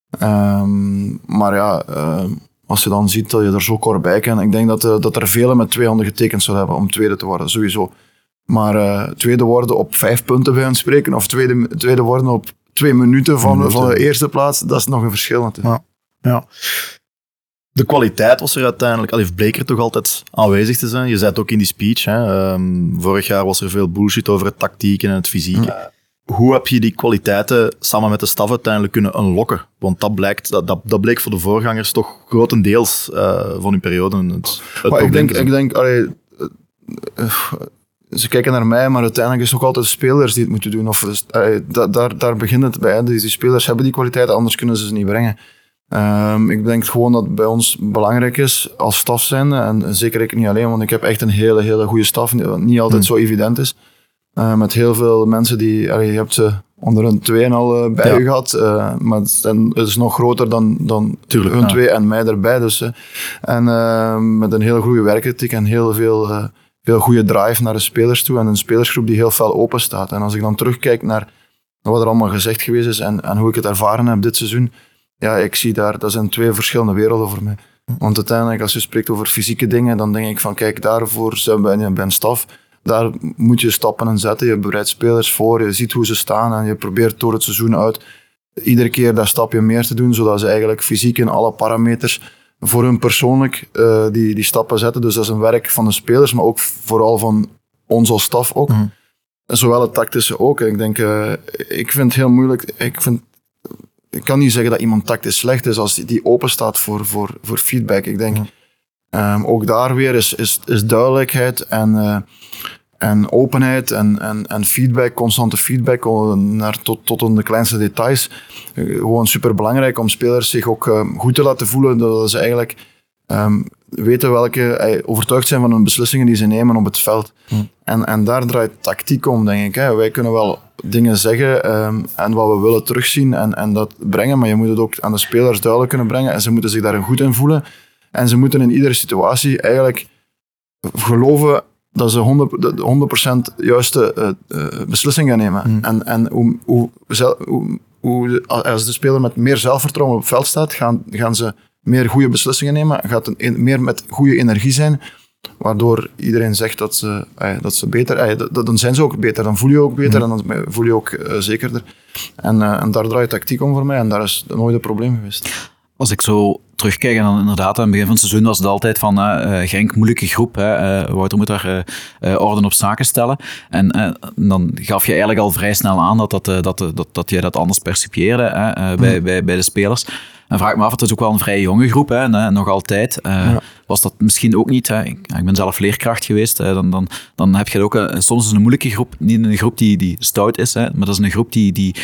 Als je dan ziet dat je er zo kort bij kan, ik denk dat er velen met 2 handen getekend zouden hebben om tweede te worden, sowieso. Maar tweede worden op 5 punten bij ons spreken, of tweede worden op 2 minuten van de eerste plaats, dat is nog een verschil natuurlijk. Ja. De kwaliteit was er uiteindelijk, bleek er toch altijd aanwezig te zijn. Je zei het ook in die speech. Hè. Vorig jaar was er veel bullshit over het tactieken en het fysieke. Hoe heb je die kwaliteiten samen met de staf uiteindelijk kunnen unlocken? Want dat bleek voor de voorgangers toch grotendeels van hun periode ik denk ze kijken naar mij, maar uiteindelijk is het ook altijd de spelers die het moeten doen. Daar begint het bij. Hè. Die spelers hebben die kwaliteiten, anders kunnen ze niet brengen. Ik denk gewoon dat het bij ons belangrijk is als staf zijn. En zeker ik niet alleen, want ik heb echt een hele, hele goede staf, die niet altijd zo evident is. Met heel veel mensen die... je hebt ze onder hun 2 al bij je gehad. Maar het is nog groter dan hun 2 en mij erbij. Dus, met een heel goede werkethiek en heel veel goede drive naar de spelers toe. En een spelersgroep die heel fel open staat. En als ik dan terugkijk naar wat er allemaal gezegd geweest is en hoe ik het ervaren heb dit seizoen, ik zie dat zijn 2 verschillende werelden voor mij. Want uiteindelijk, als je spreekt over fysieke dingen, dan denk ik van, kijk, daarvoor zijn we bij een staf. Daar moet je stappen in zetten. Je bereidt spelers voor, je ziet hoe ze staan en je probeert door het seizoen uit iedere keer dat stapje meer te doen, zodat ze eigenlijk fysiek in alle parameters voor hun persoonlijk die stappen zetten. Dus dat is een werk van de spelers, maar ook vooral van ons als staf ook. Zowel het tactische ook. Ik denk, ik vind het heel moeilijk. Ik kan niet zeggen dat iemand tactisch slecht is als die open staat voor feedback. Ik denk, ook daar weer is duidelijkheid en openheid en feedback, constante feedback tot in de kleinste details. Gewoon super belangrijk om spelers zich ook goed te laten voelen dat ze eigenlijk weten overtuigd zijn van hun beslissingen die ze nemen op het veld. En daar draait tactiek om, denk ik. Hè. Wij kunnen wel dingen zeggen en wat we willen terugzien en dat brengen, maar je moet het ook aan de spelers duidelijk kunnen brengen en ze moeten zich daar goed in voelen. En ze moeten in iedere situatie eigenlijk geloven dat ze 100% juiste beslissingen gaan nemen. En als de speler met meer zelfvertrouwen op het veld staat, gaan ze meer goede beslissingen nemen, gaat het meer met goede energie zijn, waardoor iedereen zegt dat ze beter... Dan zijn ze ook beter, dan voel je ook beter en dan voel je ook zekerder. En daar draait tactiek om voor mij en daar is nooit een probleem geweest. Als ik zo terugkijk, en dan inderdaad aan het begin van het seizoen was het altijd van Genk, moeilijke groep. Wouter moet daar orde op zaken stellen. En dan gaf je eigenlijk al vrij snel aan dat jij dat anders percipieerde bij de spelers. En vraag me af, het is ook wel een vrij jonge groep, nog altijd. Was dat misschien ook niet? Ik ben zelf leerkracht geweest. Dan heb je ook soms een moeilijke groep. Niet een groep die stout is, maar dat is een groep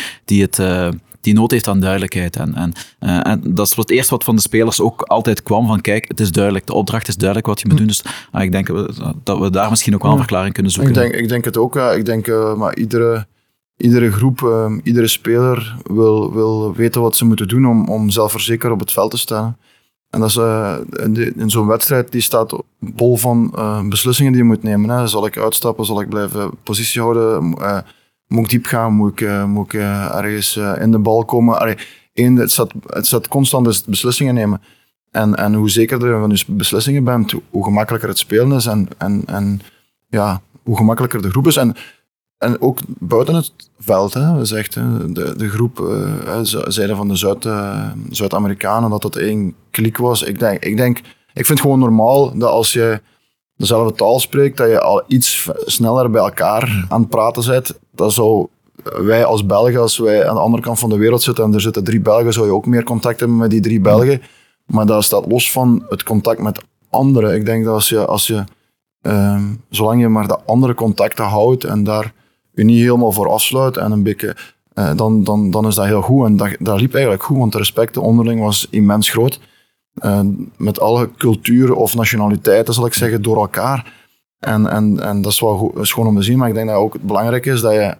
die nood heeft aan duidelijkheid. En dat is het eerste wat van de spelers ook altijd kwam, van kijk, het is duidelijk, de opdracht is duidelijk wat je moet doen. Dus ik denk dat we daar misschien ook wel een verklaring kunnen zoeken. Ik denk het ook. Ik denk, maar iedere groep, iedere speler wil weten wat ze moeten doen om zelfverzekerd op het veld te staan. En dat is, in zo'n wedstrijd die staat bol van beslissingen die je moet nemen. Hè. Zal ik uitstappen? Zal ik blijven positie houden? Moet ik diep gaan? Moet ik ergens in de bal komen? Het staat constant beslissingen nemen. En hoe zekerder je van je beslissingen bent, hoe gemakkelijker het spelen is en hoe gemakkelijker de groep is. En ook buiten het veld, we zeggen, de groep, zeiden van de Zuid-Amerikanen dat dat één klik was. Ik vind het gewoon normaal dat als je dezelfde taal spreekt, dat je al iets sneller bij elkaar aan het praten bent. Dat zou wij als Belgen, als wij aan de andere kant van de wereld zitten en er zitten 3 Belgen, zou je ook meer contact hebben met die 3 Belgen. Maar dat staat los van het contact met anderen. Ik denk dat als je zolang je maar de andere contacten houdt en daar je niet helemaal voor afsluit en een beetje, dan is dat heel goed. En dat liep eigenlijk goed, want de respect onderling was immens groot. Met alle culturen of nationaliteiten, zal ik zeggen, door elkaar. En dat is wel goed, is gewoon om te zien, maar ik denk dat ook het belangrijk is dat je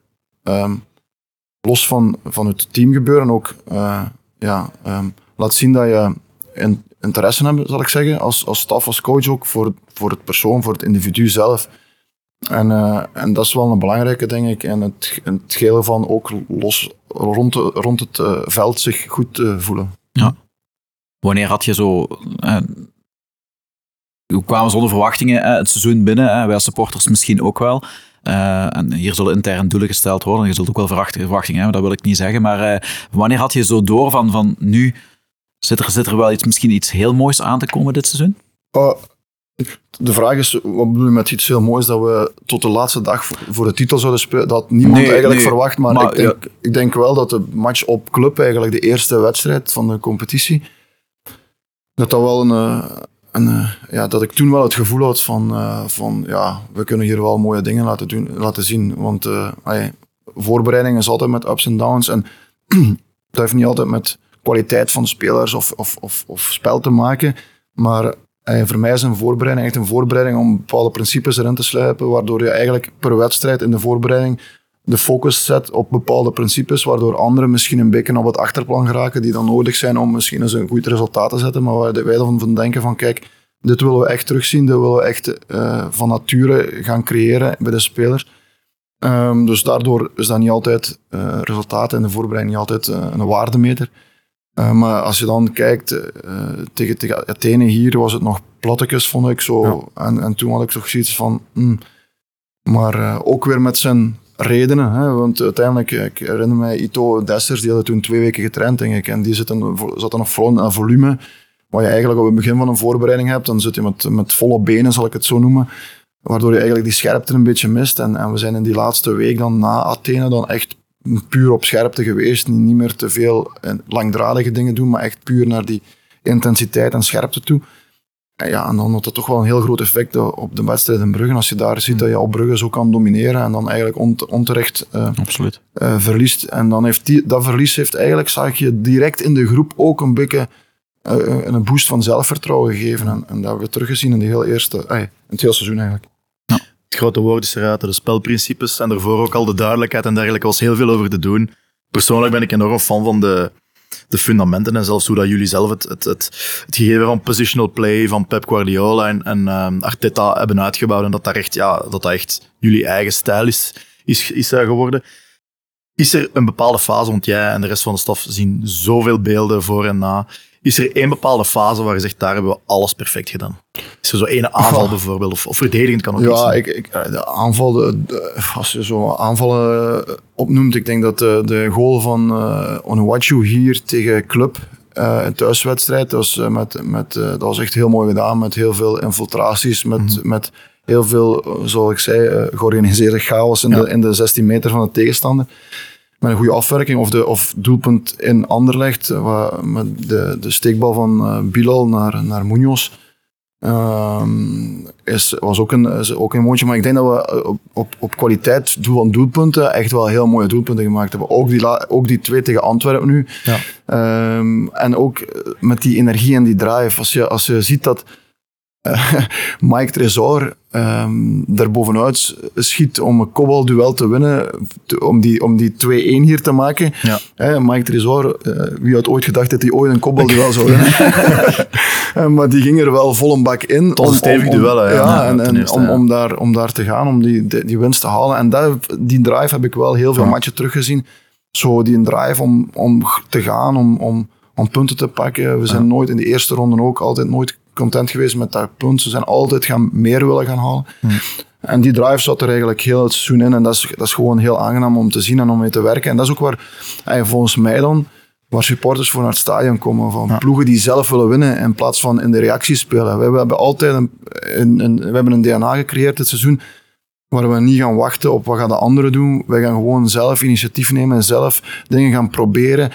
los van het teamgebeuren ook laat zien dat je interesse hebt, zal ik zeggen, als staf, als coach ook, voor het persoon, voor het individu zelf. En dat is wel een belangrijke, denk ik. En het geheel van ook los rond het veld zich goed voelen. Ja. Wanneer had je zo... hoe kwamen zonder verwachtingen het seizoen binnen? Wij als supporters misschien ook wel. En hier zullen intern doelen gesteld worden. Je zult ook wel verwachtingen hebben, dat wil ik niet zeggen. Maar wanneer had je zo door van nu zit er wel misschien iets heel moois aan te komen dit seizoen? De vraag is, wat bedoel je met iets heel moois, dat we tot de laatste dag voor de titel zouden spelen? Dat had niemand verwacht, maar ik denk wel dat de match op club, eigenlijk de eerste wedstrijd van de competitie, dat wel dat ik toen wel het gevoel had van we kunnen hier wel mooie dingen laten zien. Want voorbereiding is altijd met ups en downs en dat heeft niet altijd met kwaliteit van de spelers of spel te maken, maar voor mij is een voorbereiding echt een voorbereiding om bepaalde principes erin te sluipen, waardoor je eigenlijk per wedstrijd in de voorbereiding de focus zet op bepaalde principes, waardoor anderen misschien een beetje op het achterplan geraken, die dan nodig zijn om misschien eens een goed resultaat te zetten, maar waar wij dan van denken van kijk, dit willen we echt terugzien, dit willen we echt van nature gaan creëren bij de spelers. Dus daardoor is dat niet altijd resultaten in de voorbereiding niet altijd een waardemeter. Maar als je dan kijkt, tegen Athene hier was het nog plattekes, vond ik zo. Ja. En toen had ik toch zoiets van... Maar ook weer met zijn redenen. Hè, want uiteindelijk, ik herinner mij Ito Dessers, die hadden toen 2 weken getraind, denk ik. En die zaten nog vol aan volume. Wat je eigenlijk op het begin van een voorbereiding hebt, dan zit je met volle benen, zal ik het zo noemen. Waardoor je eigenlijk die scherpte een beetje mist. En we zijn in die laatste week dan na Athene dan echt puur op scherpte geweest. Niet meer te veel langdradige dingen doen, maar echt puur naar die intensiteit en scherpte toe. En dan had dat toch wel een heel groot effect op de wedstrijd in Brugge. Als je daar ziet dat je op Brugge zo kan domineren en dan eigenlijk onterecht verliest. En dan dat verlies heeft eigenlijk, zag je direct in de groep ook een beetje een boost van zelfvertrouwen gegeven. En dat hebben we teruggezien in in het hele seizoen eigenlijk. Het grote woord is eruit, de spelprincipes en daarvoor ook al de duidelijkheid en dergelijke was heel veel over te doen. Persoonlijk ben ik enorm fan van de fundamenten en zelfs hoe dat jullie zelf het gegeven van positional play van Pep Guardiola en Arteta hebben uitgebouwd en dat dat echt jullie eigen stijl is geworden. Is er een bepaalde fase, want jij en de rest van de staf zien zoveel beelden voor en na. Is er één bepaalde fase waar je zegt, daar hebben we alles perfect gedaan? Is er zo ene aanval bijvoorbeeld, of verdedigend kan ook iets zijn? De aanval, als je zo aanvallen opnoemt, ik denk dat de goal van Onuachu hier tegen Club, een thuiswedstrijd, dat was echt heel mooi gedaan, met heel veel infiltraties, met heel veel, zoals ik zei, georganiseerde chaos in de 16 meter van de tegenstander. Met een goede afwerking, of doelpunt in Anderlecht, met de steekbal van Bilal naar Munoz. Was ook een moontje, maar ik denk dat we op kwaliteit van doelpunten echt wel heel mooie doelpunten gemaakt hebben. Ook die 2 tegen Antwerpen nu. Ja. En ook met die energie en die drive. Als je ziet dat Mike Tresor daar bovenuit schiet om een kopbalduel te winnen, om die 2-1 hier te maken. Ja. Mike Tresor, wie had ooit gedacht dat hij ooit een kopbalduel zou winnen? Maar die ging er wel vol een bak in. Tot een stevig duel. Om daar te gaan, om die winst te halen. En die drive heb ik wel heel veel matchen teruggezien. Zo die drive om te gaan, om punten te pakken. We zijn nooit in de eerste ronde ook altijd nooit content geweest met dat punt. Ze zijn altijd meer willen gaan halen. En die drive zat er eigenlijk heel het seizoen in. En dat is gewoon heel aangenaam om te zien en om mee te werken. En dat is ook waar, volgens mij dan, waar supporters voor naar het stadion komen. Van ploegen die zelf willen winnen in plaats van in de reactie spelen. We hebben altijd we hebben een DNA gecreëerd dit seizoen waar we niet gaan wachten op wat gaan de anderen doen. Wij gaan gewoon zelf initiatief nemen en zelf dingen gaan proberen.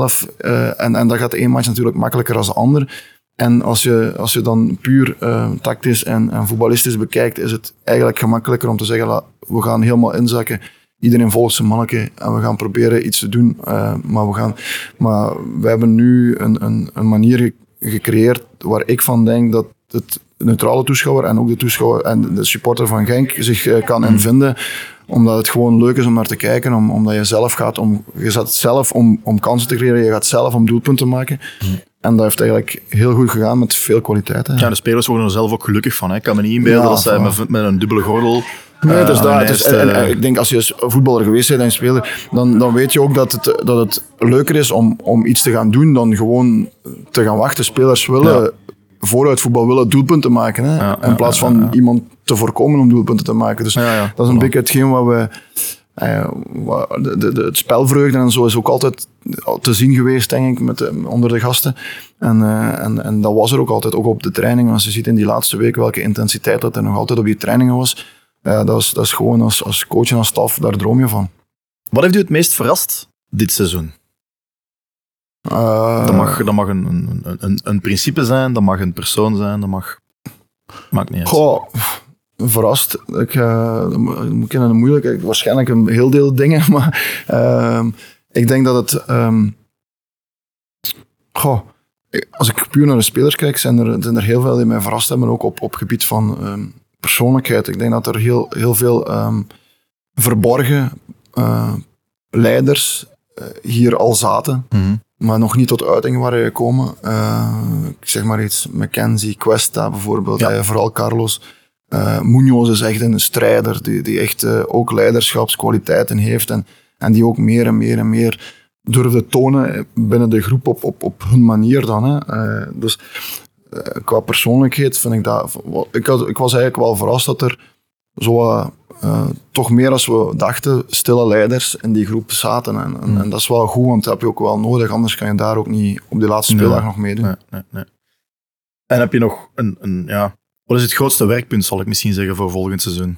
En dat gaat de een match natuurlijk makkelijker dan de ander. En als je dan puur tactisch en voetballistisch bekijkt, is het eigenlijk gemakkelijker om te zeggen, we gaan helemaal inzakken. Iedereen volgt zijn manneke en we gaan proberen iets te doen. Maar we hebben nu een manier gecreëerd waar ik van denk dat het neutrale toeschouwer en ook de toeschouwer en de supporter van Genk zich kan in vinden. Omdat het gewoon leuk is om naar te kijken. Omdat je zelf je zat zelf om kansen te creëren. Je gaat zelf om doelpunten maken. En dat heeft eigenlijk heel goed gegaan met veel kwaliteit. Hè. Ja, de spelers worden er zelf ook gelukkig van. Hè. Ik kan me niet inbeelden dat zij met een dubbele gordel... Nee, ik denk als je voetballer geweest bent en speler, dan weet je ook dat het leuker is om iets te gaan doen dan gewoon te gaan wachten. Spelers willen vooruit voetbal willen doelpunten maken. Hè? In plaats van iemand te voorkomen om doelpunten te maken. Dus dat is een beetje hetgeen wat we... het spelvreugde en zo is ook altijd te zien geweest, denk ik, onder de gasten. En dat was er ook altijd, ook op de trainingen. Als je ziet in die laatste weken welke intensiteit dat er nog altijd op die trainingen was. Dat is gewoon als coach en als staf, daar droom je van. Wat heeft u het meest verrast dit seizoen? Dat mag een principe zijn, dat mag een persoon zijn, maakt niet uit. Goh, verrast. Ik moet in een moeilijke, waarschijnlijk een heel deel dingen, maar ik denk dat het... als ik puur naar de spelers kijk, zijn er heel veel die mij verrast hebben, ook op gebied van persoonlijkheid. Ik denk dat er heel veel verborgen leiders hier al zaten, maar nog niet tot uiting waren gekomen. Ik zeg maar iets, Mackenzie, Cuesta bijvoorbeeld, vooral Carlos. Munoz is echt een strijder die echt ook leiderschapskwaliteiten heeft en die ook meer en meer en meer durfde tonen binnen de groep op hun manier dan. Hè. Dus qua persoonlijkheid vind ik dat... Ik was eigenlijk wel verrast dat er zo toch meer als we dachten stille leiders in die groep zaten. En dat is wel goed, want dat heb je ook wel nodig. Anders kan je daar ook niet op die laatste speeldag nog meedoen. Nee. En heb je nog wat is het grootste werkpunt, zal ik misschien zeggen, voor volgend seizoen?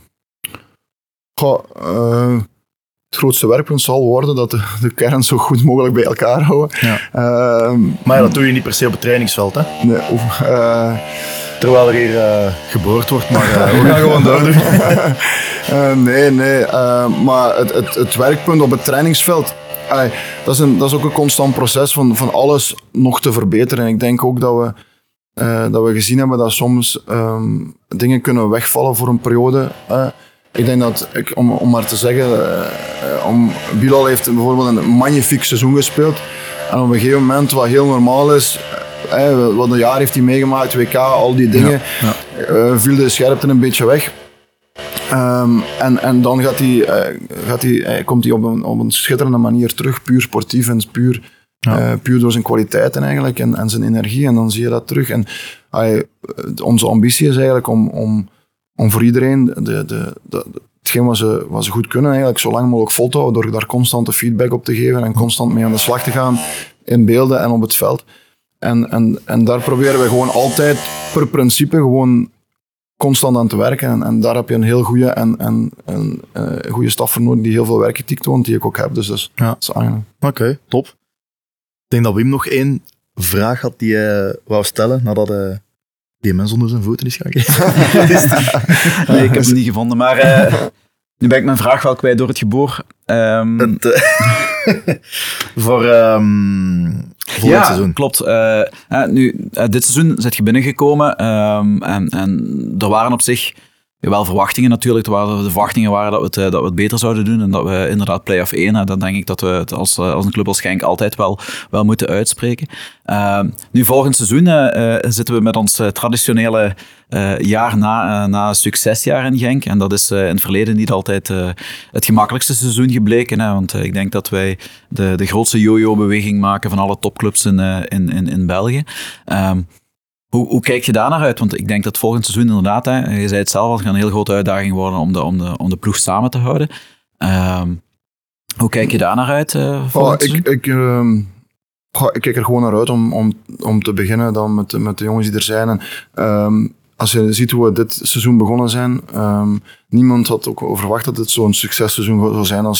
Het grootste werkpunt zal worden dat de kern zo goed mogelijk bij elkaar houden. Ja. Maar dat doe je niet per se op het trainingsveld, hè? Nee. Terwijl er hier geboord wordt, maar we gaan gewoon doordoen. Nee. Maar het werkpunt op het trainingsveld... dat is ook een constant proces van alles nog te verbeteren. En ik denk ook dat we gezien hebben dat soms dingen kunnen wegvallen voor een periode. Ik denk dat, om maar te zeggen, Bilal heeft bijvoorbeeld een magnifiek seizoen gespeeld. En op een gegeven moment, wat heel normaal is, wat een jaar heeft hij meegemaakt, WK, al die dingen, viel de scherpte een beetje weg. En dan komt hij op een schitterende manier terug, puur sportief en puur door zijn kwaliteiten eigenlijk en zijn energie. En dan zie je dat terug. En onze ambitie is eigenlijk om voor iedereen hetgeen wat ze goed kunnen, eigenlijk zo lang mogelijk vol te houden, door daar constante feedback op te geven en constant mee aan de slag te gaan in beelden en op het veld. En daar proberen we gewoon altijd per principe gewoon constant aan te werken. En daar heb je een heel goede en goede staf voor nodig die heel veel werkethiek toont, die ik ook heb. Dus dat is aangenaam. Oké, top. Ik denk dat Wim nog één vraag had die hij wou stellen nadat hij die mens onder zijn voeten is gaan geven. Nee, ik heb hem niet gevonden, maar nu ben ik mijn vraag wel kwijt door het geboor. Voor het seizoen. Klopt. Dit seizoen zit je binnengekomen en er waren op zich wel verwachtingen natuurlijk. De verwachtingen waren dat we het beter zouden doen en dat we inderdaad play-off 1, dan denk ik dat we het als een club als Genk altijd wel moeten uitspreken. Nu volgend seizoen zitten we met ons traditionele jaar na succesjaar in Genk. En dat is in het verleden niet altijd het gemakkelijkste seizoen gebleken. Want ik denk dat wij de grootste yo-yo-beweging maken van alle topclubs in België. Hoe kijk je daar naar uit? Want ik denk dat volgend seizoen inderdaad, je zei het zelf, het gaat een heel grote uitdaging worden om de ploeg samen te houden. Hoe kijk je daar naar uit volgend seizoen? Ik kijk er gewoon naar uit om te beginnen dan met de jongens die er zijn. En, als je ziet hoe we dit seizoen begonnen zijn, niemand had ook verwacht dat het zo'n successeizoen zou zijn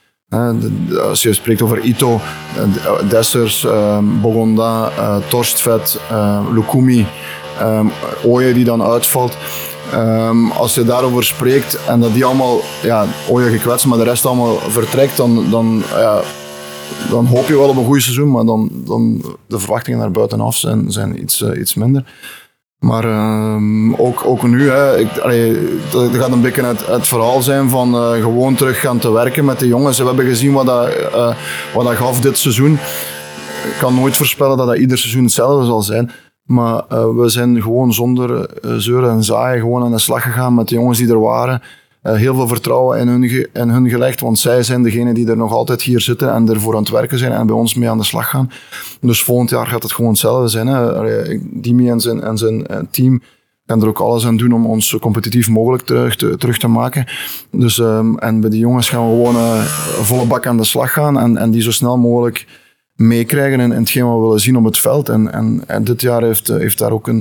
als je spreekt over Ito, Dessers, Bogonda, Torstvet, Lukumi, Oye die dan uitvalt. Als je daarover spreekt en dat die allemaal, Oye gekwetst, maar de rest allemaal vertrekt, dan hoop je wel op een goed seizoen, maar dan de verwachtingen naar buitenaf zijn iets minder. Maar ook nu, dat gaat een beetje het verhaal zijn van gewoon terug gaan te werken met de jongens. We hebben gezien wat dat gaf dit seizoen. Ik kan nooit voorspellen dat ieder seizoen hetzelfde zal zijn. Maar we zijn gewoon zonder zeuren en zaaien gewoon aan de slag gegaan met de jongens die er waren. Heel veel vertrouwen in hun gelegd, want zij zijn degenen die er nog altijd hier zitten en ervoor aan het werken zijn en bij ons mee aan de slag gaan. Dus volgend jaar gaat het gewoon hetzelfde zijn. Dimi en zijn team gaan er ook alles aan doen om ons zo competitief mogelijk terug te maken. Dus, en bij die jongens gaan we gewoon volle bak aan de slag gaan en die zo snel mogelijk meekrijgen in hetgeen wat we willen zien op het veld. En dit jaar heeft daar ook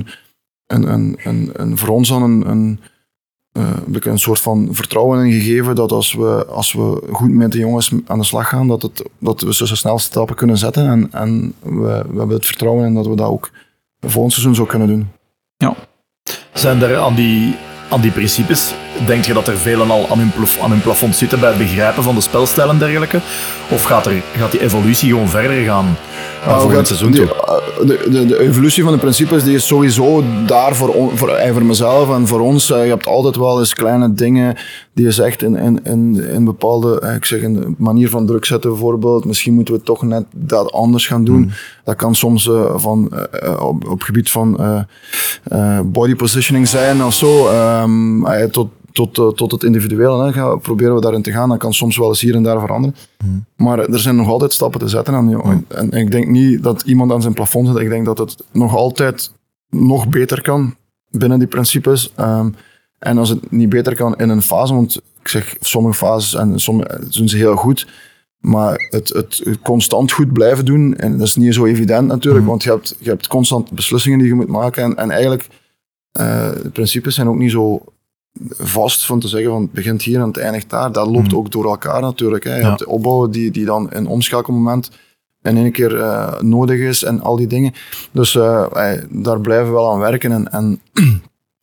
voor ons dan een soort van vertrouwen in gegeven dat als we goed met de jongens aan de slag gaan, dat we zo snel stappen kunnen zetten. En we hebben het vertrouwen in dat we dat ook volgend seizoen zo kunnen doen. Ja. Zijn er aan die principes, denk je dat er velen al aan hun plafond zitten bij het begrijpen van de spelstijl en dergelijke? Of gaat die evolutie gewoon verder gaan naar volgend seizoen toe? De evolutie van de principes die is sowieso daar voor mezelf en voor ons. Je hebt altijd wel eens kleine dingen die je zegt in bepaalde, in de manier van druk zetten bijvoorbeeld. Misschien moeten we toch net dat anders gaan doen. Dat kan soms op gebied van body positioning zijn of zo. Tot het individuele proberen we daarin te gaan. Dat kan soms wel eens hier en daar veranderen. Maar er zijn nog altijd stappen te zetten. En ik denk niet dat iemand aan zijn plafond zit. Ik denk dat het nog altijd nog beter kan binnen die principes. En als het niet beter kan in een fase, want ik zeg sommige fases en sommige doen ze heel goed. Maar het constant goed blijven doen, en dat is niet zo evident natuurlijk, want je hebt constant beslissingen die je moet maken. En eigenlijk, de principes zijn ook niet zo vast van te zeggen van het begint hier en het eindigt daar. Dat loopt ook door elkaar natuurlijk. Hè. Je hebt de opbouw die dan in omschakelmoment in één keer nodig is en al die dingen. Dus daar blijven we wel aan werken. En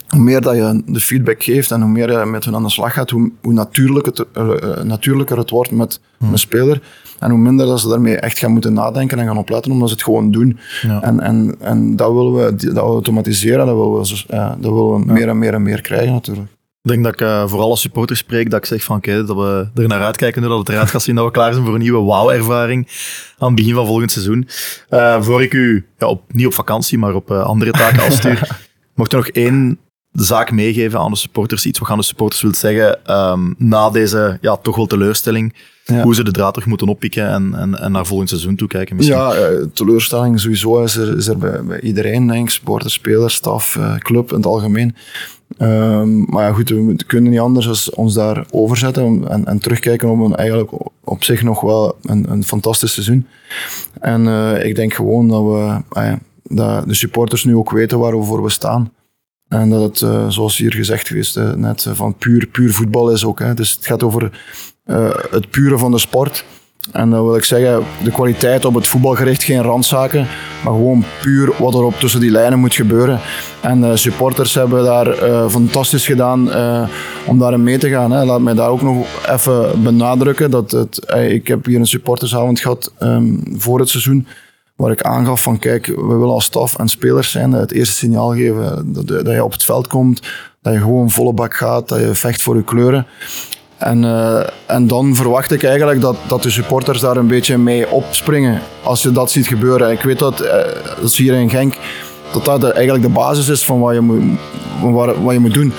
hoe meer dat je de feedback geeft en hoe meer je met hun aan de slag gaat, hoe natuurlijker het wordt met een speler. En hoe minder dat ze daarmee echt gaan moeten nadenken en gaan opletten, omdat ze het gewoon doen. Ja. En dat willen we automatiseren, dat willen we meer en meer krijgen natuurlijk. Ik denk dat ik voor alle supporters spreek, dat ik zeg van oké, dat we er naar uitkijken, dat het eruit gaat zien, dat we klaar zijn voor een nieuwe wauw-ervaring aan het begin van volgend seizoen. Voor ik u, niet op vakantie, maar op andere taken afstuur, mocht er nog één zaak meegeven aan de supporters, iets wat aan de supporters wilt zeggen, na deze toch wel teleurstelling, hoe ze de draad terug moeten oppikken en naar volgend seizoen toekijken misschien. Ja, teleurstelling sowieso is er bij iedereen, denk ik, supporters, spelers, staf, club in het algemeen. Maar ja, goed, we kunnen niet anders dan ons daar overzetten en terugkijken op eigenlijk op zich nog wel een fantastisch seizoen. En ik denk gewoon dat de supporters nu ook weten waarover we staan. En dat het, zoals hier gezegd geweest, net van puur voetbal is ook. Hè. Dus het gaat over het pure van de sport. En dan wil ik zeggen, de kwaliteit op het voetbalgericht, geen randzaken, maar gewoon puur wat er op tussen die lijnen moet gebeuren. En supporters hebben daar fantastisch gedaan om daarin mee te gaan. Hè. Laat mij daar ook nog even benadrukken. Ik heb hier een supportersavond gehad voor het seizoen, waar ik aangaf van kijk, we willen als staf en spelers zijn, het eerste signaal geven dat je op het veld komt, dat je gewoon volle bak gaat, dat je vecht voor je kleuren. En dan verwacht ik eigenlijk dat de supporters daar een beetje mee opspringen als je dat ziet gebeuren. Ik weet dat is hier in Genk, dat eigenlijk de basis is van wat je moet doen.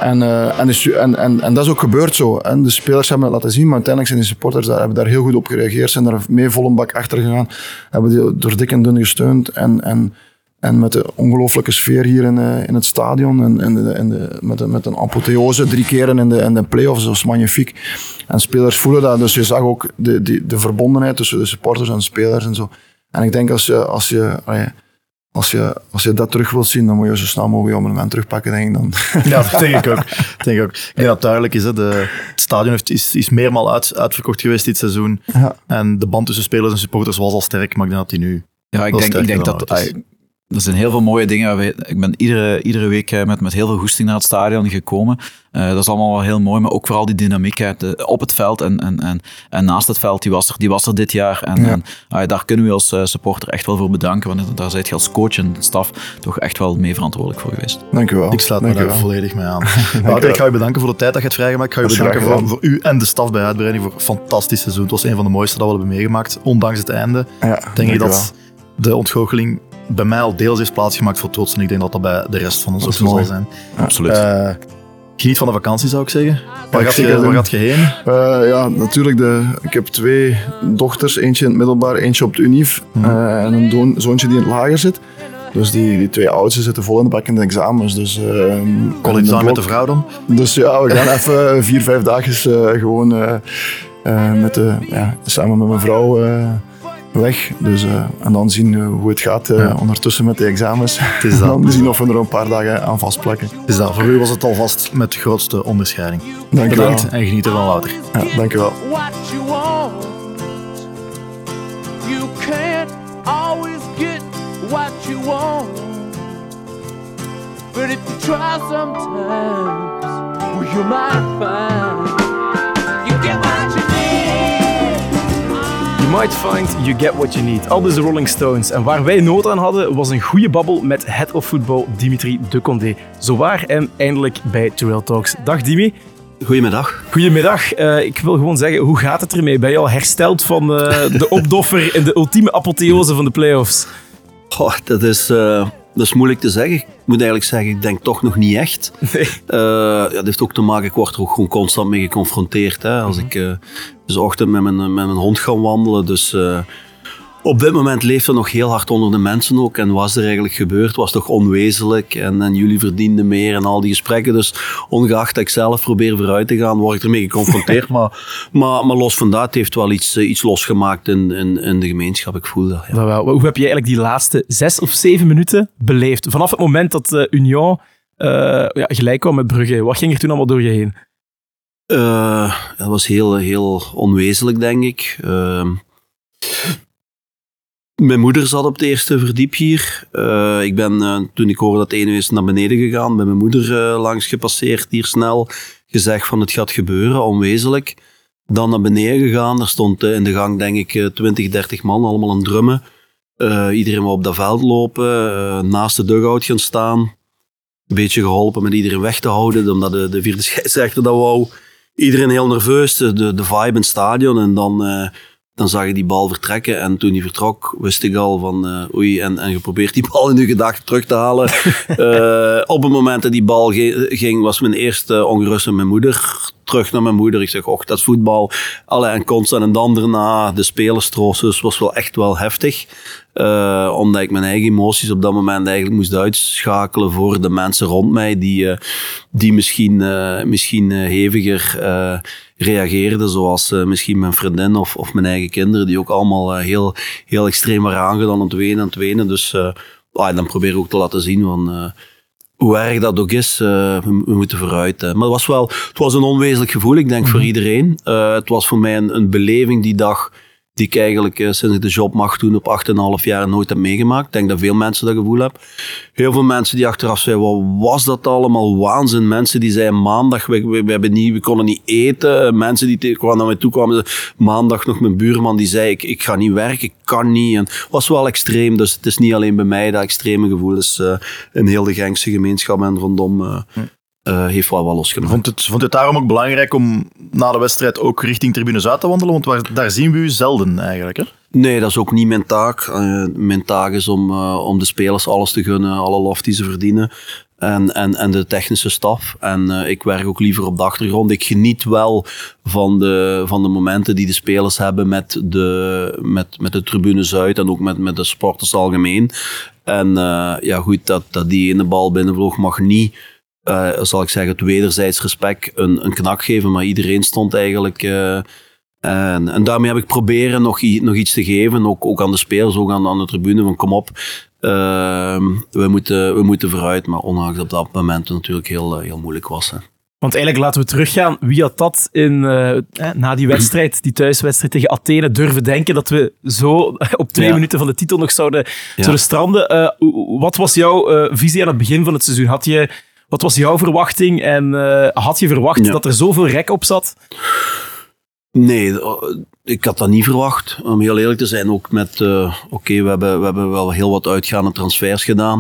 En dat is ook gebeurd zo. En de spelers hebben het laten zien, maar uiteindelijk zijn de supporters hebben daar heel goed op gereageerd, zijn daar mee vol een bak achter gegaan, hebben die door dik en dun gesteund en met de ongelooflijke sfeer hier in het stadion met een apotheose 3 keer in de play-offs, dat was magnifiek. En spelers voelen dat, dus je zag ook de verbondenheid tussen de supporters en de spelers en zo. En ik denk als je dat terug wilt zien, dan moet je zo snel mogelijk je abonnement terugpakken, denk ik dan. Ja, dat denk ik ook. Ik denk dat het duidelijk is. Hè. Het stadion is meermaal uitverkocht geweest dit seizoen. Ja. En de band tussen spelers en supporters was al sterk, maar ik denk dat die nu... Ja, ik denk dat... Er zijn heel veel mooie dingen. Ik ben iedere week met heel veel goesting naar het stadion gekomen. Dat is allemaal wel heel mooi, maar ook vooral die dynamiek op het veld en naast het veld, die was er dit jaar. En daar kunnen we als supporter echt wel voor bedanken, want daar zijt je als coach en staf toch echt wel mee verantwoordelijk voor geweest. Dank u wel. Ik sluit me daar volledig mee aan. Wouter, ik ga je bedanken voor de tijd dat je hebt vrijgemaakt. Ik ga je bedanken voor u en de staf bij Uitbreiding voor een fantastisch seizoen. Het was een van de mooiste dat we hebben meegemaakt, ondanks het einde. Ja, denk ik dat de ontgoocheling bij mij al deels heeft plaatsgemaakt voor trots en ik denk dat dat bij de rest van ons ook zo zal zijn. Absoluut. Geniet van de vakantie, zou ik zeggen. Waar gaat je heen? Ja, natuurlijk. Ik heb 2 dochters, eentje in het middelbaar, eentje op de Unief en een zoontje die in het lager zit. Dus die 2 oudsten zitten vol in de bak in de examens. Dus, college aan met de vrouw dan? Dus ja, we gaan even 4-5 dagen gewoon samen met mijn vrouw weg. Dus, en dan zien hoe het gaat ondertussen met de examens. En dan zien of we er een paar dagen aan vastplakken. Dus dat, voor u was het alvast met de grootste onderscheiding. Dank Bedankt u wel. En geniet ervan, Wouter. Ja, dank u wel. What you want, you can't always get what you want. But if you try sometimes, well, you might find you get what you need. You might find you get what you need. Aldus de Rolling Stones. En waar wij nood aan hadden, was een goede babbel met Head of Football Dimitri De Condé. Zowaar en eindelijk bij Trail Talks. Dag Dimi. Goedemiddag. Goedemiddag. Ik wil gewoon zeggen, hoe gaat het ermee? Ben je al hersteld van de opdoffer en de ultieme apotheose van de playoffs? Goh, dat is moeilijk te zeggen. Ik moet eigenlijk zeggen, ik denk toch nog niet echt. Nee. Dat heeft ook te maken, ik word er ook gewoon constant mee geconfronteerd. Hè. Als ik de ochtend met mijn hond ga wandelen. Dus op dit moment leeft er nog heel hard onder de mensen ook. En wat is er eigenlijk gebeurd? Was toch onwezenlijk? En jullie verdienden meer en al die gesprekken. Dus ongeacht dat ik zelf probeer vooruit te gaan, word ik ermee geconfronteerd. maar los van dat heeft wel iets losgemaakt in de gemeenschap. Ik voel dat. Ja. Nou wel. Hoe heb je eigenlijk die laatste 6 of 7 minuten beleefd? Vanaf het moment dat Union gelijk kwam met Brugge. Wat ging er toen allemaal door je heen? Dat was heel, heel onwezenlijk, denk ik. Mijn moeder zat op het eerste verdiep hier. Ik ben, toen ik hoorde dat het ene is, naar beneden gegaan. Bij mijn moeder langs gepasseerd, hier snel. Gezegd van het gaat gebeuren, onwezenlijk. Dan naar beneden gegaan. Er stond in de gang, denk ik, 20, 30 man, allemaal aan drummen. Iedereen wou op dat veld lopen. Naast de dugout gaan staan. Een beetje geholpen met iedereen weg te houden. Omdat de vierde scheidsrechter dat wou. Iedereen heel nerveus. De vibe in het stadion. En dan zag je die bal vertrekken. En toen die vertrok, wist ik al van oei. En je probeert die bal in je gedachten terug te halen. Op het moment dat die bal ging, was mijn eerste ongerust met mijn moeder. Terug naar mijn moeder. Ik zeg, dat is voetbal. En constant. En dan daarna de spelerstroosters was wel echt wel heftig. Omdat ik mijn eigen emoties op dat moment eigenlijk moest uitschakelen voor de mensen rond mij die misschien heviger reageerden, zoals misschien mijn vriendin of mijn eigen kinderen, die ook allemaal heel, heel extreem waren aangedaan aan het wenen. Dus dan probeer ik ook te laten zien van hoe erg dat ook is, we moeten vooruit. Maar het was een onwezenlijk gevoel, ik denk voor iedereen. Het was voor mij een beleving die dag die ik eigenlijk sinds ik de job mag doen op 8,5 jaar nooit heb meegemaakt. Ik denk dat veel mensen dat gevoel hebben. Heel veel mensen die achteraf zeiden, wat was dat allemaal? Waanzin. Mensen die zeiden maandag, we konden niet eten. Mensen die naar mij toe kwamen, maandag nog mijn buurman die zei, ik ga niet werken, ik kan niet. En het was wel extreem, dus het is niet alleen bij mij dat extreme gevoel is. In heel de Genkse gemeenschap en rondom heeft wel losgenomen. Vond je het daarom ook belangrijk om na de wedstrijd ook richting tribune Zuid te wandelen? Want daar zien we u zelden eigenlijk, hè? Nee, dat is ook niet mijn taak. Mijn taak is om de spelers alles te gunnen, alle lof die ze verdienen. En de technische staf. En ik werk ook liever op de achtergrond. Ik geniet wel van de momenten die de spelers hebben met de tribune Zuid en ook met de sporters algemeen. En goed, dat die ene bal binnenvloog mag niet, zal ik zeggen, het wederzijds respect een knak geven. Maar iedereen stond eigenlijk... En daarmee heb ik proberen nog iets te geven, ook aan de spelers, ook aan de tribune, van kom op, we moeten vooruit, maar ondanks op dat moment natuurlijk heel, heel moeilijk was. Hè. Want eigenlijk laten we teruggaan. Wie had dat na die wedstrijd, die thuiswedstrijd tegen Athene, durven denken dat we zo op 2 minuten van de titel nog zouden stranden? Wat was jouw visie aan het begin van het seizoen? Wat was jouw verwachting en had je verwacht dat er zoveel rek op zat? Nee, ik had dat niet verwacht. Om heel eerlijk te zijn, ook met... we hebben wel heel wat uitgaande transfers gedaan.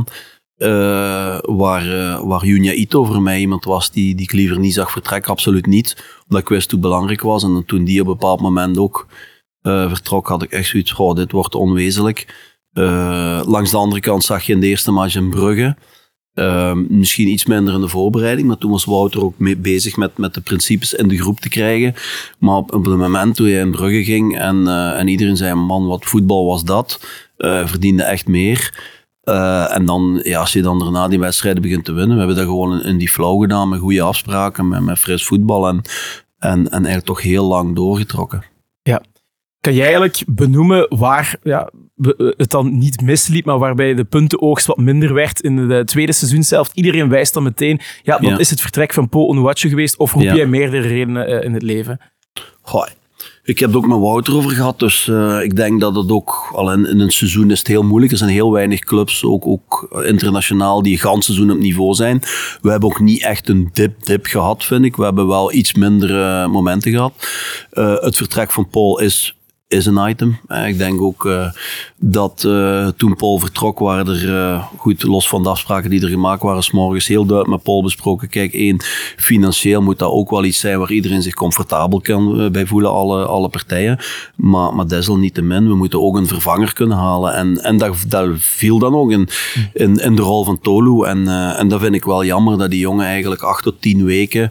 Waar Junya Ito voor mij iemand was die ik liever niet zag vertrekken. Absoluut niet. Omdat ik wist hoe belangrijk was. En toen die op een bepaald moment ook vertrok, had ik echt zoiets, dit wordt onwezenlijk. Langs de andere kant zag je in de eerste match in Brugge. Misschien iets minder in de voorbereiding, maar toen was Wouter ook mee bezig met de principes in de groep te krijgen. Maar op het moment toen hij in Brugge ging en iedereen zei, man, wat voetbal was dat, verdiende echt meer. En dan, als je dan daarna die wedstrijden begint te winnen, we hebben dat gewoon in die flow gedaan, met goede afspraken, met fris voetbal en eigenlijk toch heel lang doorgetrokken. Ja. Kan jij eigenlijk benoemen waar het dan niet misliep, maar waarbij de puntenoogst wat minder werd in de tweede seizoen zelf? Iedereen wijst dan meteen, dat is het vertrek van Paul Onuachu geweest, of roep jij meerdere redenen in het leven? Goh, ik heb het ook met Wouter over gehad, dus ik denk dat het ook, al in een seizoen is het heel moeilijk. Er zijn heel weinig clubs, ook internationaal, die een gans seizoen op niveau zijn. We hebben ook niet echt een dip gehad, vind ik. We hebben wel iets minder momenten gehad. Het vertrek van Paul is een item. Ik denk ook dat toen Paul vertrok, waren er, goed, los van de afspraken die er gemaakt waren, 's morgens heel duidelijk met Paul besproken. Kijk, financieel moet dat ook wel iets zijn waar iedereen zich comfortabel kan bij voelen, alle partijen. Maar desalniettemin, we moeten ook een vervanger kunnen halen. En dat viel dan ook in de rol van Tolu. En dat vind ik wel jammer, dat die jongen eigenlijk 8 tot 10 weken,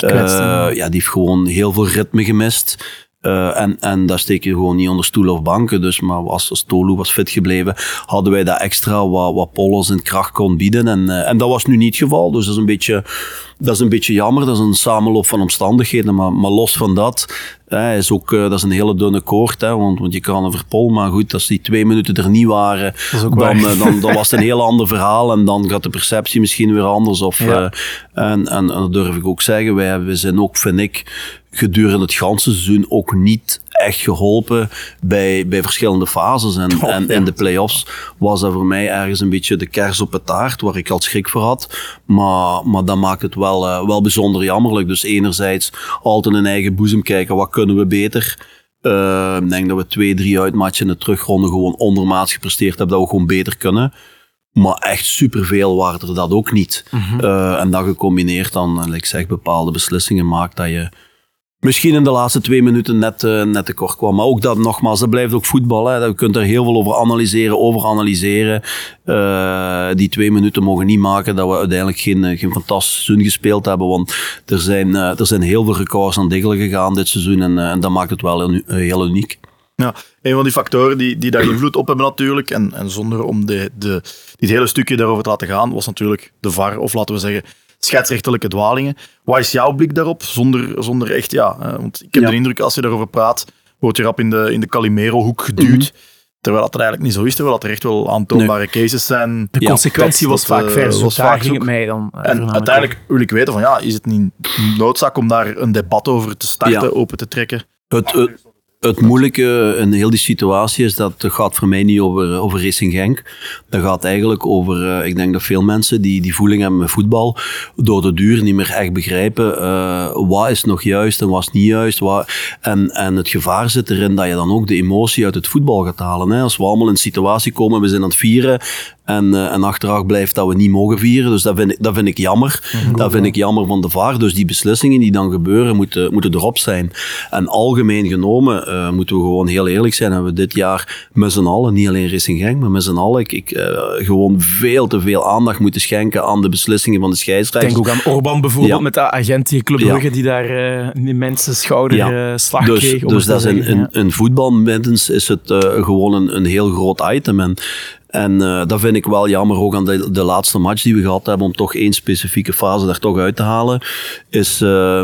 die heeft gewoon heel veel ritme gemist. En daar steek je gewoon niet onder stoelen of banken. Dus, maar als Tolu was fit gebleven, hadden wij dat extra wat Paul ons in kracht kon bieden. En dat was nu niet het geval. Dus dat is een beetje jammer. Dat is een samenloop van omstandigheden. Maar los van dat, dat is een hele dunne koord. Want je kan over Paul, maar goed, als die 2 minuten er niet waren, dan was het een heel ander verhaal. En dan gaat de perceptie misschien weer anders. En dat durf ik ook zeggen. We zijn ook, vind ik, gedurende het ganse seizoen ook niet echt geholpen bij verschillende fases. En in de play-offs was dat voor mij ergens een beetje de kers op het taart, waar ik al schrik voor had. Maar dat maakt het wel bijzonder jammerlijk. Dus enerzijds altijd in eigen boezem kijken, wat kunnen we beter? Ik denk dat we 2-3 uitmatchen in de terugronde gewoon ondermaats gepresteerd hebben, dat we gewoon beter kunnen. Maar echt superveel waren er dat ook niet. En dat gecombineerd dan, like ik zeg, bepaalde beslissingen maakt dat je misschien in de laatste 2 minuten net te kort kwam. Maar ook dat, nogmaals, dat blijft ook voetbal. Hè. Je kunt er heel veel over overanalyseren. Die 2 minuten mogen niet maken dat we uiteindelijk geen fantastisch seizoen gespeeld hebben. Want er zijn heel veel records aan diggelen gegaan dit seizoen. En dat maakt het wel heel uniek. Ja, een van die factoren die daar invloed op hebben natuurlijk, en zonder om dit hele stukje daarover te laten gaan, was natuurlijk de VAR, of laten we zeggen, scheidsrechterlijke dwalingen. Wat is jouw blik daarop? Zonder echt, want ik heb de indruk, als je daarover praat, wordt je rap in de Calimero-hoek geduwd. Terwijl dat er eigenlijk niet zo is, terwijl dat er echt wel aantoonbare cases zijn. De consequentie was vaak vers, daar ging het mij dan. En uiteindelijk wil ik weten van, is het niet noodzaak om daar een debat over te starten, open te trekken? Het moeilijke in heel die situatie is dat het gaat voor mij niet over Racing Genk. Dat gaat eigenlijk over, ik denk dat veel mensen die voeling hebben met voetbal, door de duur niet meer echt begrijpen wat is nog juist en wat is niet juist. En het gevaar zit erin dat je dan ook de emotie uit het voetbal gaat halen. Hè. Als we allemaal in een situatie komen, we zijn aan het vieren, en achteraf blijft dat we niet mogen vieren. Dus dat vind ik jammer. Dat vind ik jammer van de VAR. Dus die beslissingen die dan gebeuren, moeten erop zijn. En algemeen genomen moeten we gewoon heel eerlijk zijn. Hebben we dit jaar met z'n allen, niet alleen Racing Genk, maar met z'n allen, gewoon veel te veel aandacht moeten schenken aan de beslissingen van de scheidsrechters. Denk ook aan Orban bijvoorbeeld, met de agent die Club Brugge die daar in die mensen schouder slag kreeg. Dus dat is in voetbalmiddens is het gewoon een heel groot item. En dat vind ik wel jammer, ook aan de laatste match die we gehad hebben, om toch één specifieke fase daar toch uit te halen, is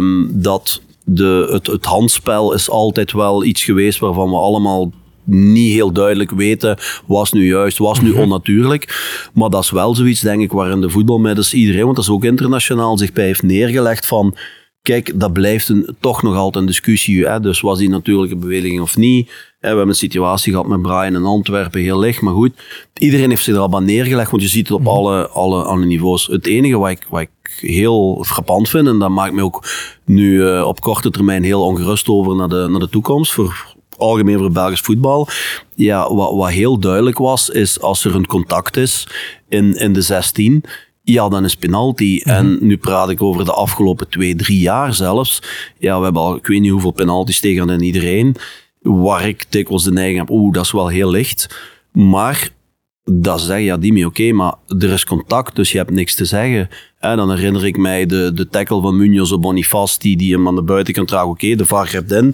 dat het handspel is altijd wel iets geweest waarvan we allemaal niet heel duidelijk weten, was nu juist, was nu onnatuurlijk. Maar dat is wel zoiets, denk ik, waarin de voetbalmiddels iedereen, want dat is ook internationaal, zich bij heeft neergelegd van, kijk, dat blijft toch nog altijd een discussie. Hè? Dus was die natuurlijke beweging of niet? We hebben een situatie gehad met Brian in Antwerpen, heel licht, maar goed. Iedereen heeft zich er al aan neergelegd, want je ziet het op alle niveaus. Het enige wat ik heel frappant vind, en dat maakt me ook nu op korte termijn heel ongerust over naar de toekomst, algemeen voor Belgisch voetbal. Ja, wat heel duidelijk was, is als er een contact is in de 16... ja, dan is penalty. En nu praat ik over de afgelopen 2-3 jaar zelfs. Ja, we hebben al, ik weet niet hoeveel penalties tegen iedereen, waar ik dikwijls de neiging heb, dat is wel heel licht. Maar dat zeg je, Dimi, oké, maar er is contact, dus je hebt niks te zeggen. Dan herinner ik mij de tackle van Munoz op Boniface, die hem aan de buitenkant draagt. Oké, de VAR grijpt in.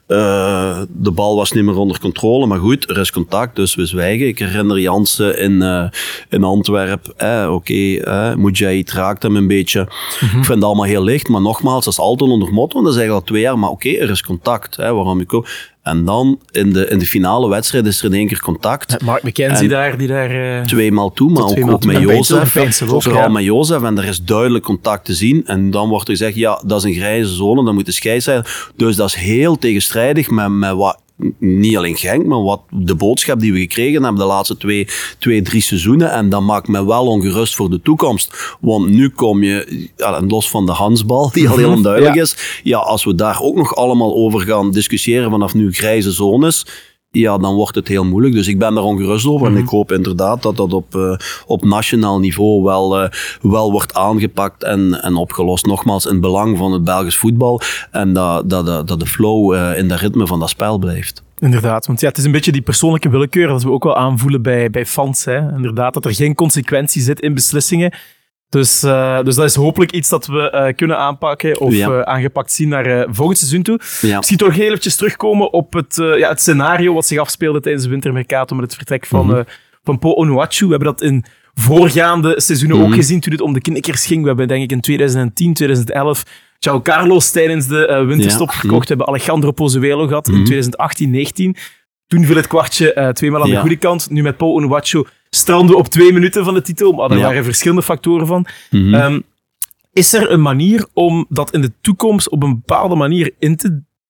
De bal was niet meer onder controle, maar goed, er is contact, dus we zwijgen. Ik herinner Jansen in Antwerpen. Mujahid raakt hem een beetje. Ik vind het allemaal heel licht, maar nogmaals, dat is altijd onder motto, want dat is eigenlijk al 2 jaar. Maar oké, er is contact. Waarom ik ook... En dan, in de finale wedstrijd, is er in 1 keer contact. Mark McKenzie die daar... 2 maal toe, maar ook met Jozef. Vooral met Jozef, en er is duidelijk contact te zien. En dan wordt er gezegd, ja, dat is een grijze zone, dan moet de scheidsrechter. Dus dat is heel tegenstrijdig met wat... Niet alleen Genk, maar wat de boodschap die we gekregen hebben de laatste 2-3 seizoenen. En dat maakt me wel ongerust voor de toekomst. Want nu kom je, los van de handsbal, die al heel onduidelijk is. Ja, als we daar ook nog allemaal over gaan discussiëren vanaf nu grijze zones, ja, dan wordt het heel moeilijk. Dus ik ben daar ongerust over. En ik hoop inderdaad dat dat op nationaal niveau wel wordt aangepakt en opgelost. Nogmaals, in het belang van het Belgisch voetbal. En dat de flow in dat ritme van dat spel blijft. Inderdaad, want het is een beetje die persoonlijke willekeur dat we ook wel aanvoelen bij fans. Hè. Inderdaad, dat er geen consequentie zit in beslissingen. Dus dat is hopelijk iets dat we kunnen aanpakken of aangepakt zien naar volgend seizoen toe. Ja. Misschien toch heel eventjes terugkomen op het scenario wat zich afspeelde tijdens de wintermercato met het vertrek van Po Onuachu. We hebben dat in voorgaande seizoenen ook gezien toen het om de knikkers ging. We hebben denk ik in 2010, 2011 João Carlos tijdens de winterstop gekocht. We hebben Alejandro Pozuelo gehad in 2018, 19. Toen viel het kwartje 2 maal aan de goede kant. Nu met Po Onuachu stranden we op 2 minuten van de titel, maar daar waren verschillende factoren van. Is er een manier om dat in de toekomst op een bepaalde manier in te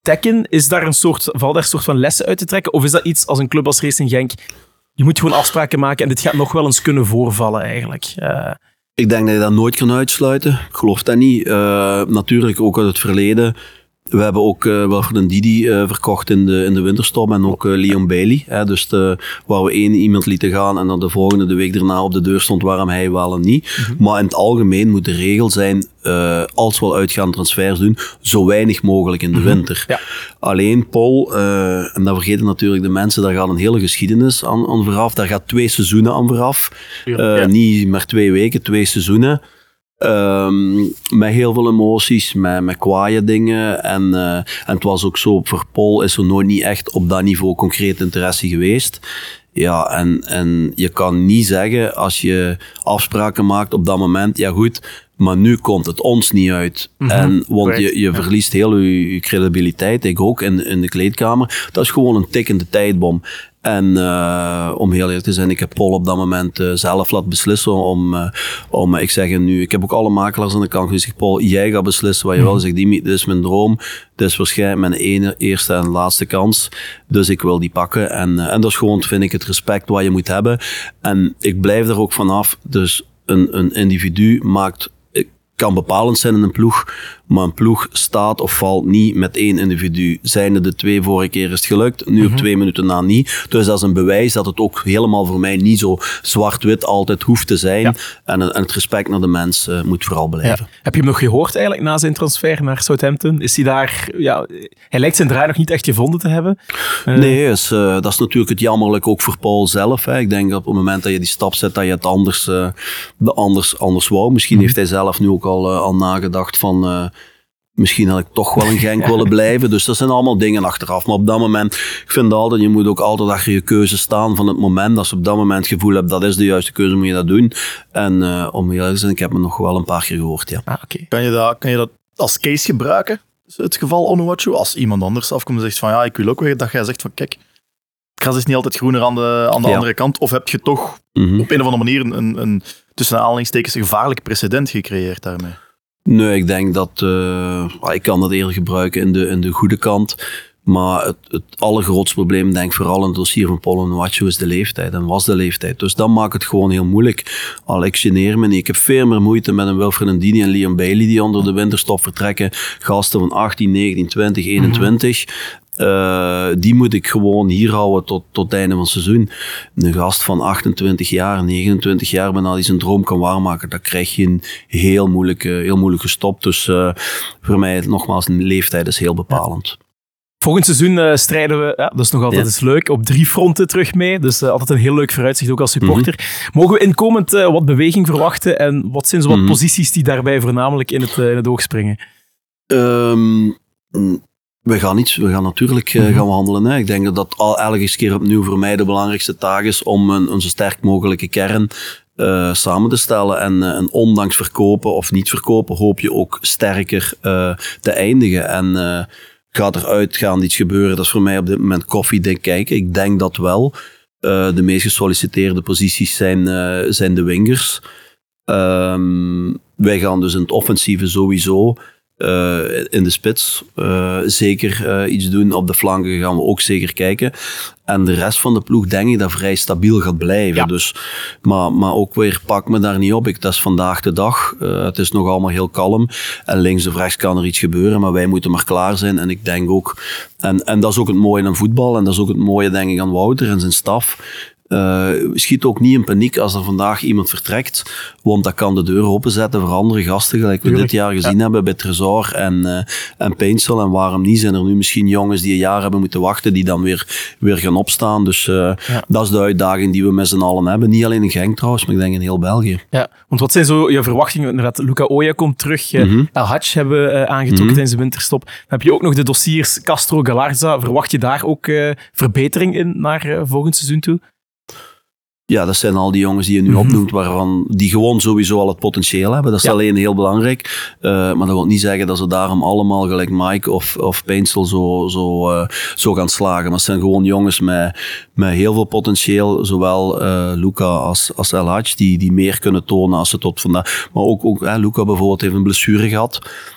Tekken, valt daar een soort van lessen uit te trekken? Of is dat iets als een club als Racing Genk? Je moet gewoon afspraken maken en dit gaat nog wel eens kunnen voorvallen eigenlijk. Ik denk dat je dat nooit kan uitsluiten. Ik geloof dat niet. Natuurlijk ook uit het verleden. We hebben ook Wilfred Ndidi verkocht in de winterstop en ook Leon Bailey. Dus waar we iemand lieten gaan en dan de week daarna op de deur stond waarom hij wel en niet. Mm-hmm. Maar in het algemeen moet de regel zijn, als we uitgaande transfers doen, zo weinig mogelijk in de winter. Ja. Alleen Paul, en dat vergeten natuurlijk de mensen, daar gaat een hele geschiedenis aan vooraf. Daar gaat 2 seizoenen aan vooraf. Niet maar 2 weken, 2 seizoenen. Met heel veel emoties, met kwaaie dingen. En het was ook zo, voor Paul is er nooit niet echt op dat niveau concreet interesse geweest. Ja, en je kan niet zeggen, als je afspraken maakt op dat moment, ja goed, maar nu komt het ons niet uit. Mm-hmm. Want je verliest heel je credibiliteit, ik ook, in de kleedkamer. Dat is gewoon een tikkende tijdbom. En om heel eerlijk te zijn, ik heb Paul op dat moment zelf laten beslissen ik zeg nu, ik heb ook alle makelaars aan de kant gezegd, Paul, jij gaat beslissen wat je wil. Zeg, dit is mijn droom, dit is waarschijnlijk mijn eerste en laatste kans, dus ik wil die pakken. En dat is gewoon, vind ik, het respect wat je moet hebben. En ik blijf er ook vanaf, dus een individu kan bepalend zijn in een ploeg, maar een ploeg staat of valt niet met 1 individu. Zijn er de 2 vorige keer is het gelukt, nu op 2 minuten na niet. Dus dat is een bewijs dat het ook helemaal voor mij niet zo zwart-wit altijd hoeft te zijn. Ja. En het respect naar de mens moet vooral blijven. Ja. Heb je hem nog gehoord eigenlijk na zijn transfer naar Southampton? Is hij daar... Ja, hij lijkt zijn draai nog niet echt gevonden te hebben. Nee, dat is natuurlijk het jammerlijk ook voor Paul zelf. Hè. Ik denk dat op het moment dat je die stap zet, dat je het anders wou. Misschien heeft hij zelf nu ook al nagedacht van... Misschien had ik toch wel in Genk willen blijven. Dus dat zijn allemaal dingen achteraf. Maar op dat moment, ik vind altijd, je moet ook altijd achter je keuze staan van het moment. Als je op dat moment het gevoel hebt, dat is de juiste keuze, moet je dat doen. En om heel eerlijk te zijn, ik heb me nog wel een paar keer gehoord, ja. Okay. Kan je dat als case gebruiken? Het geval Onuachu, als iemand anders afkomt en zegt van ja, ik wil ook weer dat jij zegt van kijk, het gras is niet altijd groener aan de andere kant. Of heb je toch op een of andere manier een tussen aanhalingstekens gevaarlijk precedent gecreëerd daarmee? Nee, ik denk dat... ik kan dat eerder gebruiken in de goede kant. Maar het allergrootste probleem, denk ik, vooral in het dossier van Paul Onuachu, is de leeftijd. En was de leeftijd. Dus dat maakt het gewoon heel moeilijk. Ik geneer me niet. Ik heb veel meer moeite met een Wilfred Ndidi en Leon Bailey die onder de winterstop vertrekken. Gasten van 18, 19, 20, 21. Die moet ik gewoon hier houden tot het einde van het seizoen. Een gast van 28 jaar, 29 jaar, bijna die zijn droom kan waarmaken, dat krijg je een heel moeilijk gestopt. Dus voor mij, nogmaals, een leeftijd is heel bepalend. Ja. Volgend seizoen strijden we, dat is nog altijd eens leuk, op 3 fronten terug mee. Dus altijd een heel leuk vooruitzicht, ook als supporter. Mogen we inkomend wat beweging verwachten en wat zijn zo wat posities die daarbij voornamelijk in het oog springen? We gaan natuurlijk gaan handelen. Hè. Ik denk dat elke keer opnieuw voor mij de belangrijkste taak is om een zo sterk mogelijke kern samen te stellen. En ondanks verkopen of niet verkopen, hoop je ook sterker te eindigen. En gaat er uitgaand iets gebeuren, dat is voor mij op dit moment koffiedik kijken. Ik denk dat wel. De meest gesolliciteerde posities zijn de wingers. Wij gaan dus in het offensieve sowieso in de spits zeker iets doen. Op de flanken gaan we ook zeker kijken. En de rest van de ploeg denk ik dat vrij stabiel gaat blijven. Ja. Dus, maar ook weer, pak me daar niet op. Dat is vandaag de dag. Het is nog allemaal heel kalm. En links of rechts kan er iets gebeuren, maar wij moeten maar klaar zijn. En ik denk ook, en dat is ook het mooie aan voetbal. En dat is ook het mooie, denk ik, aan Wouter en zijn staf. Schiet ook niet in paniek als er vandaag iemand vertrekt, want dat kan de deur openzetten voor andere gasten, gelijk we dit jaar gezien hebben bij Tresor en Painsel. En waarom niet, zijn er nu misschien jongens die een jaar hebben moeten wachten, die dan weer gaan opstaan. Dus dat is de uitdaging die we met z'n allen hebben. Niet alleen in Genk trouwens, maar ik denk in heel België. Ja, want wat zijn zo je verwachtingen? Inderdaad, Luca Oya komt terug, El Hadj hebben we aangetrokken tijdens de winterstop. Dan heb je ook nog de dossiers Castro, Galarza. Verwacht je daar ook verbetering in naar volgend seizoen toe? Ja, dat zijn al die jongens die je nu opnoemt, waarvan die gewoon sowieso al het potentieel hebben. Dat is alleen heel belangrijk. Maar dat wil niet zeggen dat ze daarom allemaal, gelijk Mike of Painsel, zo gaan slagen. Maar het zijn gewoon jongens met heel veel potentieel. Zowel Luca als El Hadj, die meer kunnen tonen als ze tot vandaag. Maar ook Luca bijvoorbeeld heeft een blessure gehad.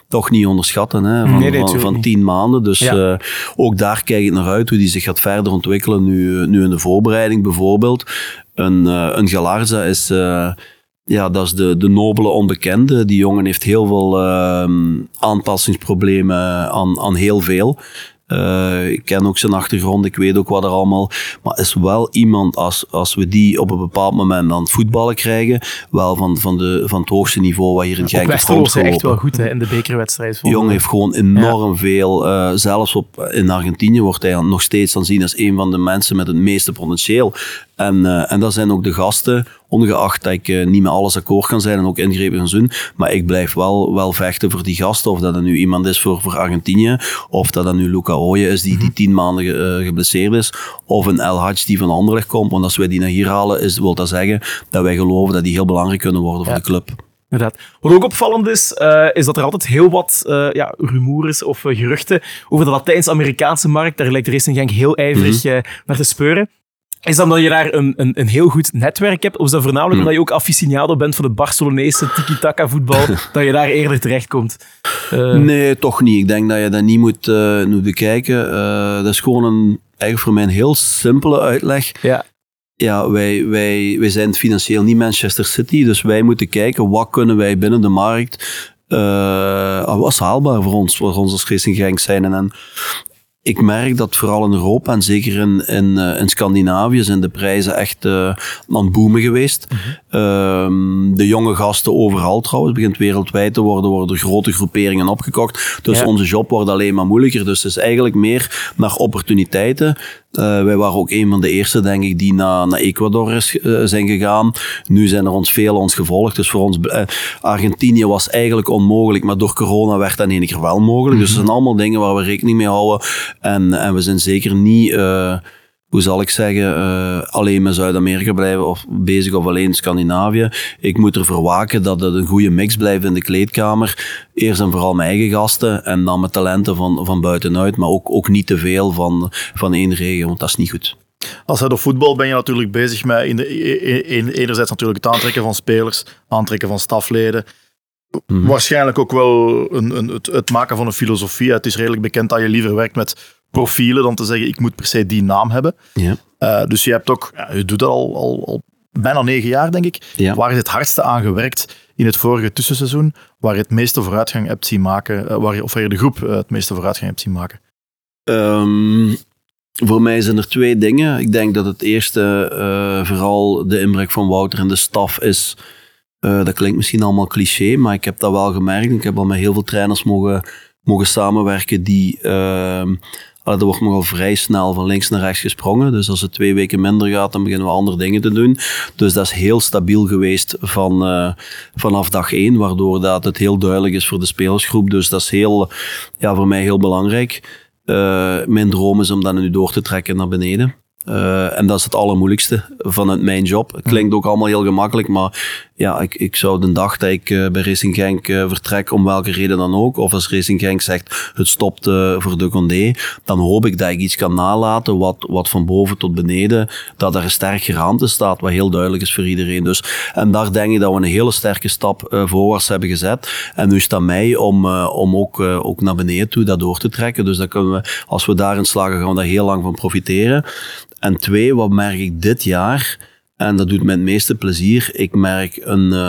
toch niet onderschatten, hè, tuurlijk van niet. 10 maanden. Dus Ja. ook daar kijk ik naar uit, hoe die zich gaat verder ontwikkelen nu in de voorbereiding bijvoorbeeld. Een Galarza is... dat is de nobele onbekende. Die jongen heeft heel veel aanpassingsproblemen aan heel veel. Ik ken ook zijn achtergrond, ik weet ook wat er allemaal... Maar is wel iemand, als we die op een bepaald moment aan het voetballen krijgen, wel van het hoogste niveau wat hier in Op Genk heeft Westerlo is hij echt wel rondgelopen. goed hè, in de bekerwedstrijd. De jongen heeft gewoon enorm veel. Zelfs in Argentinië wordt hij nog steeds aanzien als een van de mensen met het meeste potentieel. En dat zijn ook de gasten, ongeacht dat ik niet met alles akkoord kan zijn en ook ingrepen kan doen. Maar ik blijf wel vechten voor die gasten. Of dat er nu iemand is voor Argentinië, of dat nu Luca Ooyen is die 10 maanden geblesseerd is, of een El Hadj die van Anderlecht komt. Want als wij die naar hier halen, wil dat zeggen dat wij geloven dat die heel belangrijk kunnen worden voor de club. Inderdaad. Wat ook opvallend is dat er altijd heel wat rumoers of geruchten over de Latijns-Amerikaanse markt, daar lijkt Racing Genk heel ijverig naar te speuren. Is dat omdat je daar een heel goed netwerk hebt? Of is dat voornamelijk omdat je ook aficionado bent van de Barcelonese tiki-taka voetbal, dat je daar eerder terechtkomt? Nee, toch niet. Ik denk dat je dat niet moet bekijken. Dat is gewoon eigenlijk voor mij een heel simpele uitleg. Ja. Ja, wij zijn financieel niet Manchester City, dus wij moeten kijken wat kunnen wij binnen de markt, wat is haalbaar voor ons als Racing Genk zijn. En ik merk dat vooral in Europa en zeker in Scandinavië zijn de prijzen echt aan het boomen geweest. De jonge gasten overal trouwens, begint wereldwijd te worden er grote groeperingen opgekocht. Dus onze job wordt alleen maar moeilijker. Dus het is eigenlijk meer naar opportuniteiten. Wij waren ook een van de eerste, denk ik, die naar Ecuador zijn gegaan. Nu zijn er ons gevolgd. Dus voor ons, Argentinië was eigenlijk onmogelijk, maar door corona werd dat in één keer wel mogelijk. Dus het zijn allemaal dingen waar we rekening mee houden. En we zijn zeker niet, hoe zal ik zeggen, alleen met Zuid-Amerika blijven of bezig of alleen Scandinavië. Ik moet ervoor waken dat het een goede mix blijft in de kleedkamer. Eerst en vooral mijn eigen gasten en dan met talenten van buitenuit, maar ook niet te veel van één regio, want dat is niet goed. Als head of voetbal ben je natuurlijk bezig met enerzijds natuurlijk het aantrekken van spelers, aantrekken van stafleden. Waarschijnlijk ook wel het maken van een filosofie. Het is redelijk bekend dat je liever werkt met profielen dan te zeggen ik moet per se die naam hebben. Ja. Dus je hebt ook, je doet dat al bijna 9 jaar denk ik. Ja. Waar is het hardste aan gewerkt in het vorige tussenseizoen? Waar je het meeste vooruitgang hebt zien maken? Waar je de groep het meeste vooruitgang hebt zien maken? Voor mij zijn er 2 dingen. Ik denk dat het eerste vooral de inbreng van Wouter en de staf is. Dat klinkt misschien allemaal cliché, maar ik heb dat wel gemerkt. Ik heb al met heel veel trainers mogen samenwerken die... er wordt nogal vrij snel van links naar rechts gesprongen. Dus als het 2 weken minder gaat, dan beginnen we andere dingen te doen. Dus dat is heel stabiel geweest vanaf dag 1, waardoor dat het heel duidelijk is voor de spelersgroep. Dus dat is voor mij heel belangrijk. Mijn droom is om dat nu door te trekken naar beneden. En dat is het allermoeilijkste vanuit mijn job. Het klinkt ook allemaal heel gemakkelijk, maar ja, ik zou de dag dat ik bij Racing Genk vertrek, om welke reden dan ook, of als Racing Genk zegt het stopt voor de Condé, dan hoop ik dat ik iets kan nalaten wat van boven tot beneden, dat er een sterk geraamte staat, wat heel duidelijk is voor iedereen. Dus, en daar denk ik dat we een hele sterke stap voorwaarts hebben gezet. En nu is het aan mij om ook naar beneden toe dat door te trekken. Dus dan kunnen we, als we daarin slagen, gaan we daar heel lang van profiteren. En 2, wat merk ik dit jaar, en dat doet mij het meeste plezier, ik merk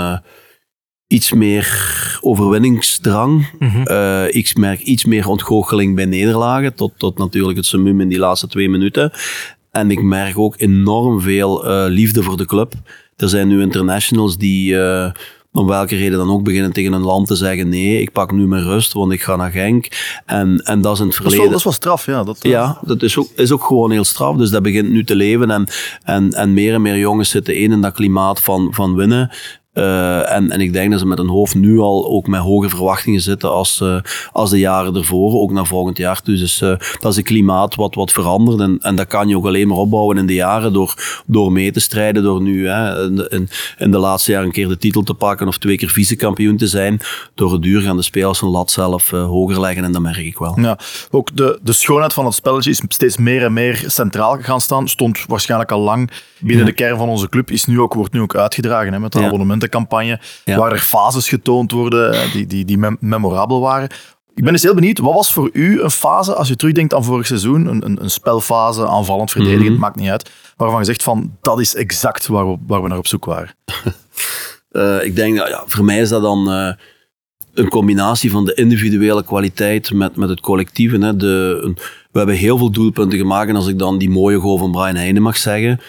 iets meer overwinningsdrang. Ik merk iets meer ontgoocheling bij nederlagen, tot natuurlijk het summum in die laatste 2 minuten. En ik merk ook enorm veel liefde voor de club. Er zijn nu internationals die... om welke reden dan ook beginnen tegen een land te zeggen nee, ik pak nu mijn rust, want ik ga naar Genk. En dat is in het verleden... Dat is wel straf, ja. Dat is ook gewoon heel straf. Dus dat begint nu te leven. En meer jongens zitten in dat klimaat van winnen. En ik denk dat ze met een hoofd nu al ook met hoge verwachtingen zitten als de jaren ervoor, ook naar volgend jaar. Dus dat is een klimaat wat verandert en dat kan je ook alleen maar opbouwen in de jaren door mee te strijden, door nu in de laatste jaren een keer de titel te pakken of 2 keer vicekampioen te zijn. Door het duur gaan de spelers hun lat zelf hoger leggen en dat merk ik wel. Ja, ook de schoonheid van het spelletje is steeds meer en meer centraal gaan staan. Stond waarschijnlijk al lang binnen de kern van onze club, wordt nu ook uitgedragen met de abonnementenkaart campagne, waar er fases getoond worden die memorabel waren. Ik ben eens heel benieuwd, wat was voor u een fase, als je terugdenkt aan vorig seizoen, een spelfase, aanvallend, verdedigend, maakt niet uit, waarvan je zegt van, dat is exact waar we naar op zoek waren? Ik denk, voor mij is dat dan een combinatie van de individuele kwaliteit met het collectieve. Hè. We hebben heel veel doelpunten gemaakt en als ik dan die mooie goal van Brian Heijnen mag zeggen,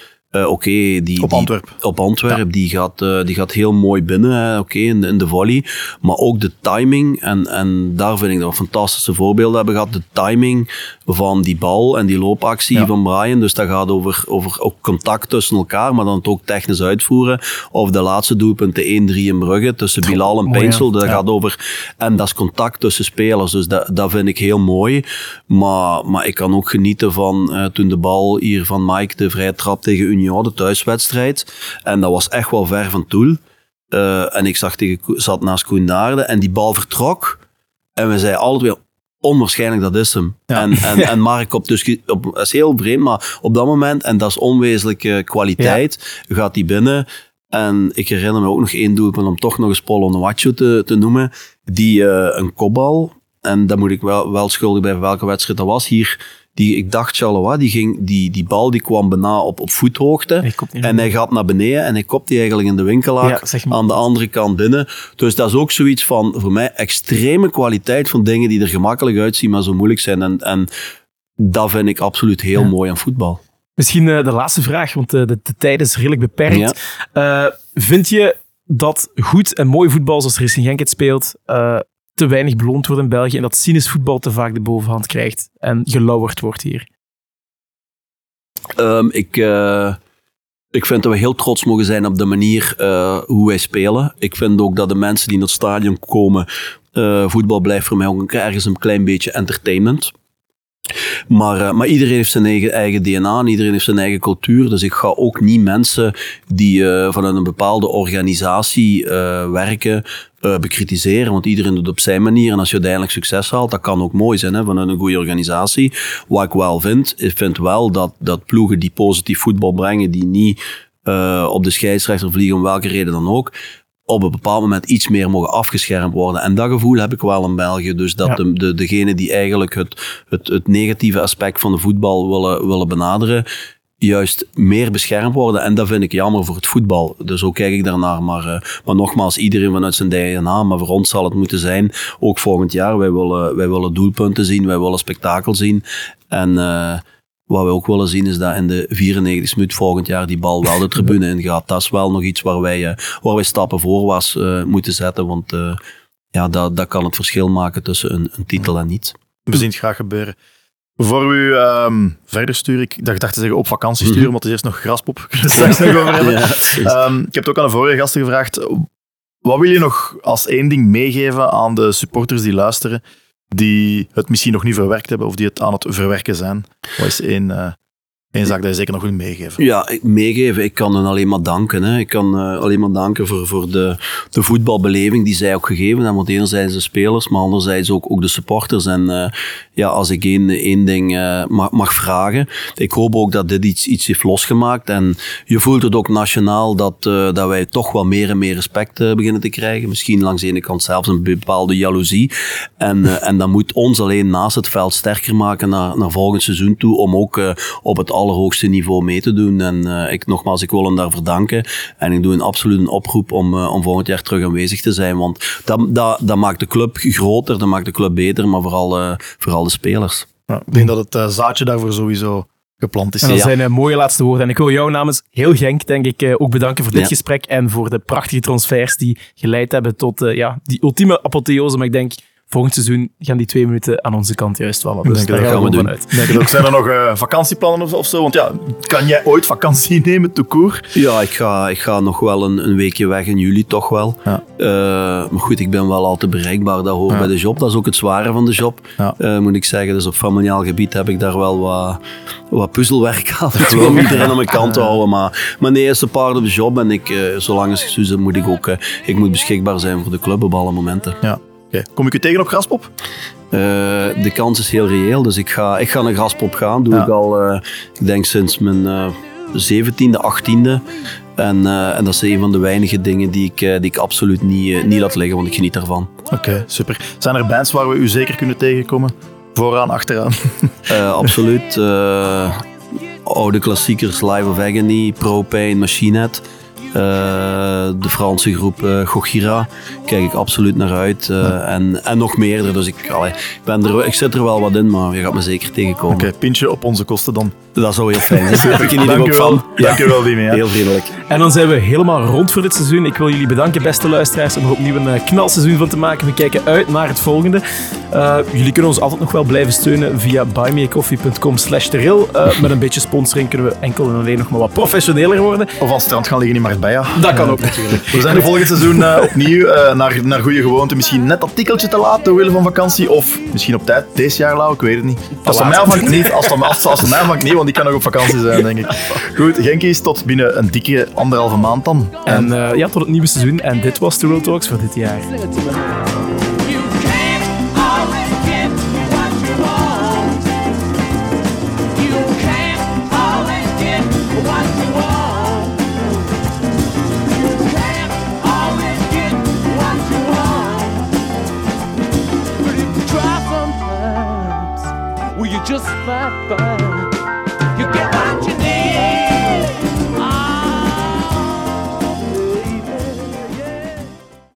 op Antwerp, die gaat heel mooi binnen, in de volley. Maar ook de timing, en daar vind ik dat we fantastische voorbeelden hebben gehad. De timing van die bal en die loopactie van Brian. Dus dat gaat over ook contact tussen elkaar, maar dan het ook technisch uitvoeren. Of de laatste doelpunten 1-3 in Brugge tussen Bilal en Peensel. Dat gaat over, en dat is contact tussen spelers. Dus dat vind ik heel mooi. Maar ik kan ook genieten van toen de bal hier van Mike, de vrije trap tegen Union, de thuiswedstrijd. En dat was echt wel ver van doel. En ik zat naast Koen Naarden en die bal vertrok. En we zeiden altijd weer, onwaarschijnlijk, dat is hem. Ja. En Mark dat is heel vreemd, maar op dat moment, en dat is onwezenlijke kwaliteit, gaat die binnen. En ik herinner me ook nog 1 doelpunt om toch nog eens Paul Onuachu te noemen. Die een kopbal, en daar moet ik wel schuldig bij welke wedstrijd dat was, hier. Ik dacht, Charleroi, die bal die kwam bijna op voethoogte. En hij gaat naar beneden en hij kopt die eigenlijk in de winkelaar aan de andere kant binnen. Dus dat is ook zoiets van, voor mij, extreme kwaliteit van dingen die er gemakkelijk uitzien, maar zo moeilijk zijn. En dat vind ik absoluut heel mooi aan voetbal. Misschien de laatste vraag, want de tijd is redelijk beperkt. Ja. Vind je dat goed en mooi voetbal, zoals Racing Genk het speelt, te weinig beloond wordt in België en dat cynisch voetbal te vaak de bovenhand krijgt en gelauwerd wordt hier? Ik vind dat we heel trots mogen zijn op de manier hoe wij spelen. Ik vind ook dat de mensen die naar het stadion komen, voetbal blijft voor mij ook ergens een klein beetje entertainment. Maar iedereen heeft zijn eigen DNA en iedereen heeft zijn eigen cultuur. Dus ik ga ook niet mensen die vanuit een bepaalde organisatie werken, bekritiseren. Want iedereen doet het op zijn manier. En als je uiteindelijk succes haalt, dat kan ook mooi zijn, hè, vanuit een goede organisatie. Wat ik wel vind, ik vind wel dat ploegen die positief voetbal brengen, die niet op de scheidsrechter vliegen, om welke reden dan ook, op een bepaald moment iets meer mogen afgeschermd worden. En dat gevoel heb ik wel in België. Dus dat degenen die eigenlijk het negatieve aspect van de voetbal willen benaderen, juist meer beschermd worden. En dat vind ik jammer voor het voetbal. Dus zo kijk ik daarnaar. Maar nogmaals, iedereen vanuit zijn DNA. Maar voor ons zal het moeten zijn, ook volgend jaar. Wij willen doelpunten zien, wij willen spektakel zien. En wat we ook willen zien is dat in de 94 minuut volgend jaar die bal wel de tribune in gaat. Dat is wel nog iets waar wij stappen voorwaarts moeten zetten. Want dat kan het verschil maken tussen een titel en niet. We zien het graag gebeuren. Voor u verder sturen, ik dacht te zeggen op vakantie sturen, maar het is eerst nog Graspop. Kunnen we straks nog over hebben. Ik heb het ook aan de vorige gasten gevraagd. Wat wil je nog als één ding meegeven aan de supporters die luisteren, die het misschien nog niet verwerkt hebben of die het aan het verwerken zijn? Wat is één zaak dat je zeker nog wil meegeven? Ja, meegeven. Ik kan hen alleen maar danken. Hè. Ik kan alleen maar danken voor de voetbalbeleving die zij ook gegeven hebben. Want enerzijds de spelers, maar anderzijds ook de supporters. En als ik één ding mag vragen. Ik hoop ook dat dit iets heeft losgemaakt. En je voelt het ook nationaal dat wij toch wel meer en meer respect beginnen te krijgen. Misschien langs de ene kant zelfs een bepaalde jaloezie. En dat moet ons alleen naast het veld sterker maken naar volgend seizoen toe. Om ook op het allerhoogste niveau mee te doen. En ik wil hem daarvoor danken. En ik doe absoluut een oproep om volgend jaar terug aanwezig te zijn. Want dat maakt de club groter, dat maakt de club beter, maar vooral de spelers. Ja, ik denk dat het zaadje daarvoor sowieso geplant is. En dat zijn mooie laatste woorden. En ik wil jou namens heel Genk, denk ik, ook bedanken voor dit gesprek en voor de prachtige transfers die geleid hebben tot die ultieme apotheose. Maar ik denk, volgend seizoen gaan die 2 minuten aan onze kant juist wel. Dus daar gaan we vanuit. Denk je ook, zijn er nog vakantieplannen of zo? Want kan jij ooit vakantie nemen, tout court? Ja, ik ga nog wel een weekje weg in juli, toch wel. Ja. Maar goed, ik ben wel altijd bereikbaar. Dat hoort bij de job. Dat is ook het zware van de job, moet ik zeggen. Dus op familiaal gebied heb ik daar wel wat puzzelwerk aan om iedereen aan mijn kant te houden. Maar nee, het is een part of the job. En zolang het is, moet ik moet beschikbaar zijn voor de club op alle momenten. Ja. Okay. Kom ik u tegen op Graspop? De kans is heel reëel, dus ik ga naar Graspop gaan. Doe ik al, ik denk sinds mijn 17e, 18e. En dat is een van de weinige dingen die ik absoluut niet laat liggen, want ik geniet daarvan. Oké, super. Zijn er bands waar we u zeker kunnen tegenkomen? Vooraan, achteraan? Absoluut. Oude klassiekers, Live of Agony, Propane, Machine Head. De Franse groep Gojira kijk ik absoluut naar uit. En nog meerdere. Dus ik zit er wel wat in, maar je gaat me zeker tegenkomen. Oké, pintje op onze kosten dan. Dat zou heel fijn zijn. Daar geniet ik ook van. Dank u wel, Dimi. Heel vriendelijk. En dan zijn we helemaal rond voor dit seizoen. Ik wil jullie bedanken, beste luisteraars, om er opnieuw een knalseizoen van te maken. We kijken uit naar het volgende. Jullie kunnen ons altijd nog wel blijven steunen via buymeacoffee.com/teril. Met een beetje sponsoring kunnen we enkel en alleen nog maar wat professioneler worden. Of aan het strand gaan liggen in Marbella. Dat kan ook natuurlijk. We zijn er volgend seizoen opnieuw naar goede gewoonte. Misschien net dat tikkeltje te laat door willen van vakantie. Of misschien op tijd. Deze jaar, Lau, ik weet het niet. Als het mij afhangt niet. Als het mij afhangt niet, want ik kan nog op vakantie zijn, denk ik. Goed, Genkies, tot binnen een dikke 1,5 maand dan. En tot het nieuwe seizoen. En dit was The Real Talks voor dit jaar. You can't always get what you want. You can't always get what you want. You can't always get what you want. But if you try sometimes, will you just might find you get what you need.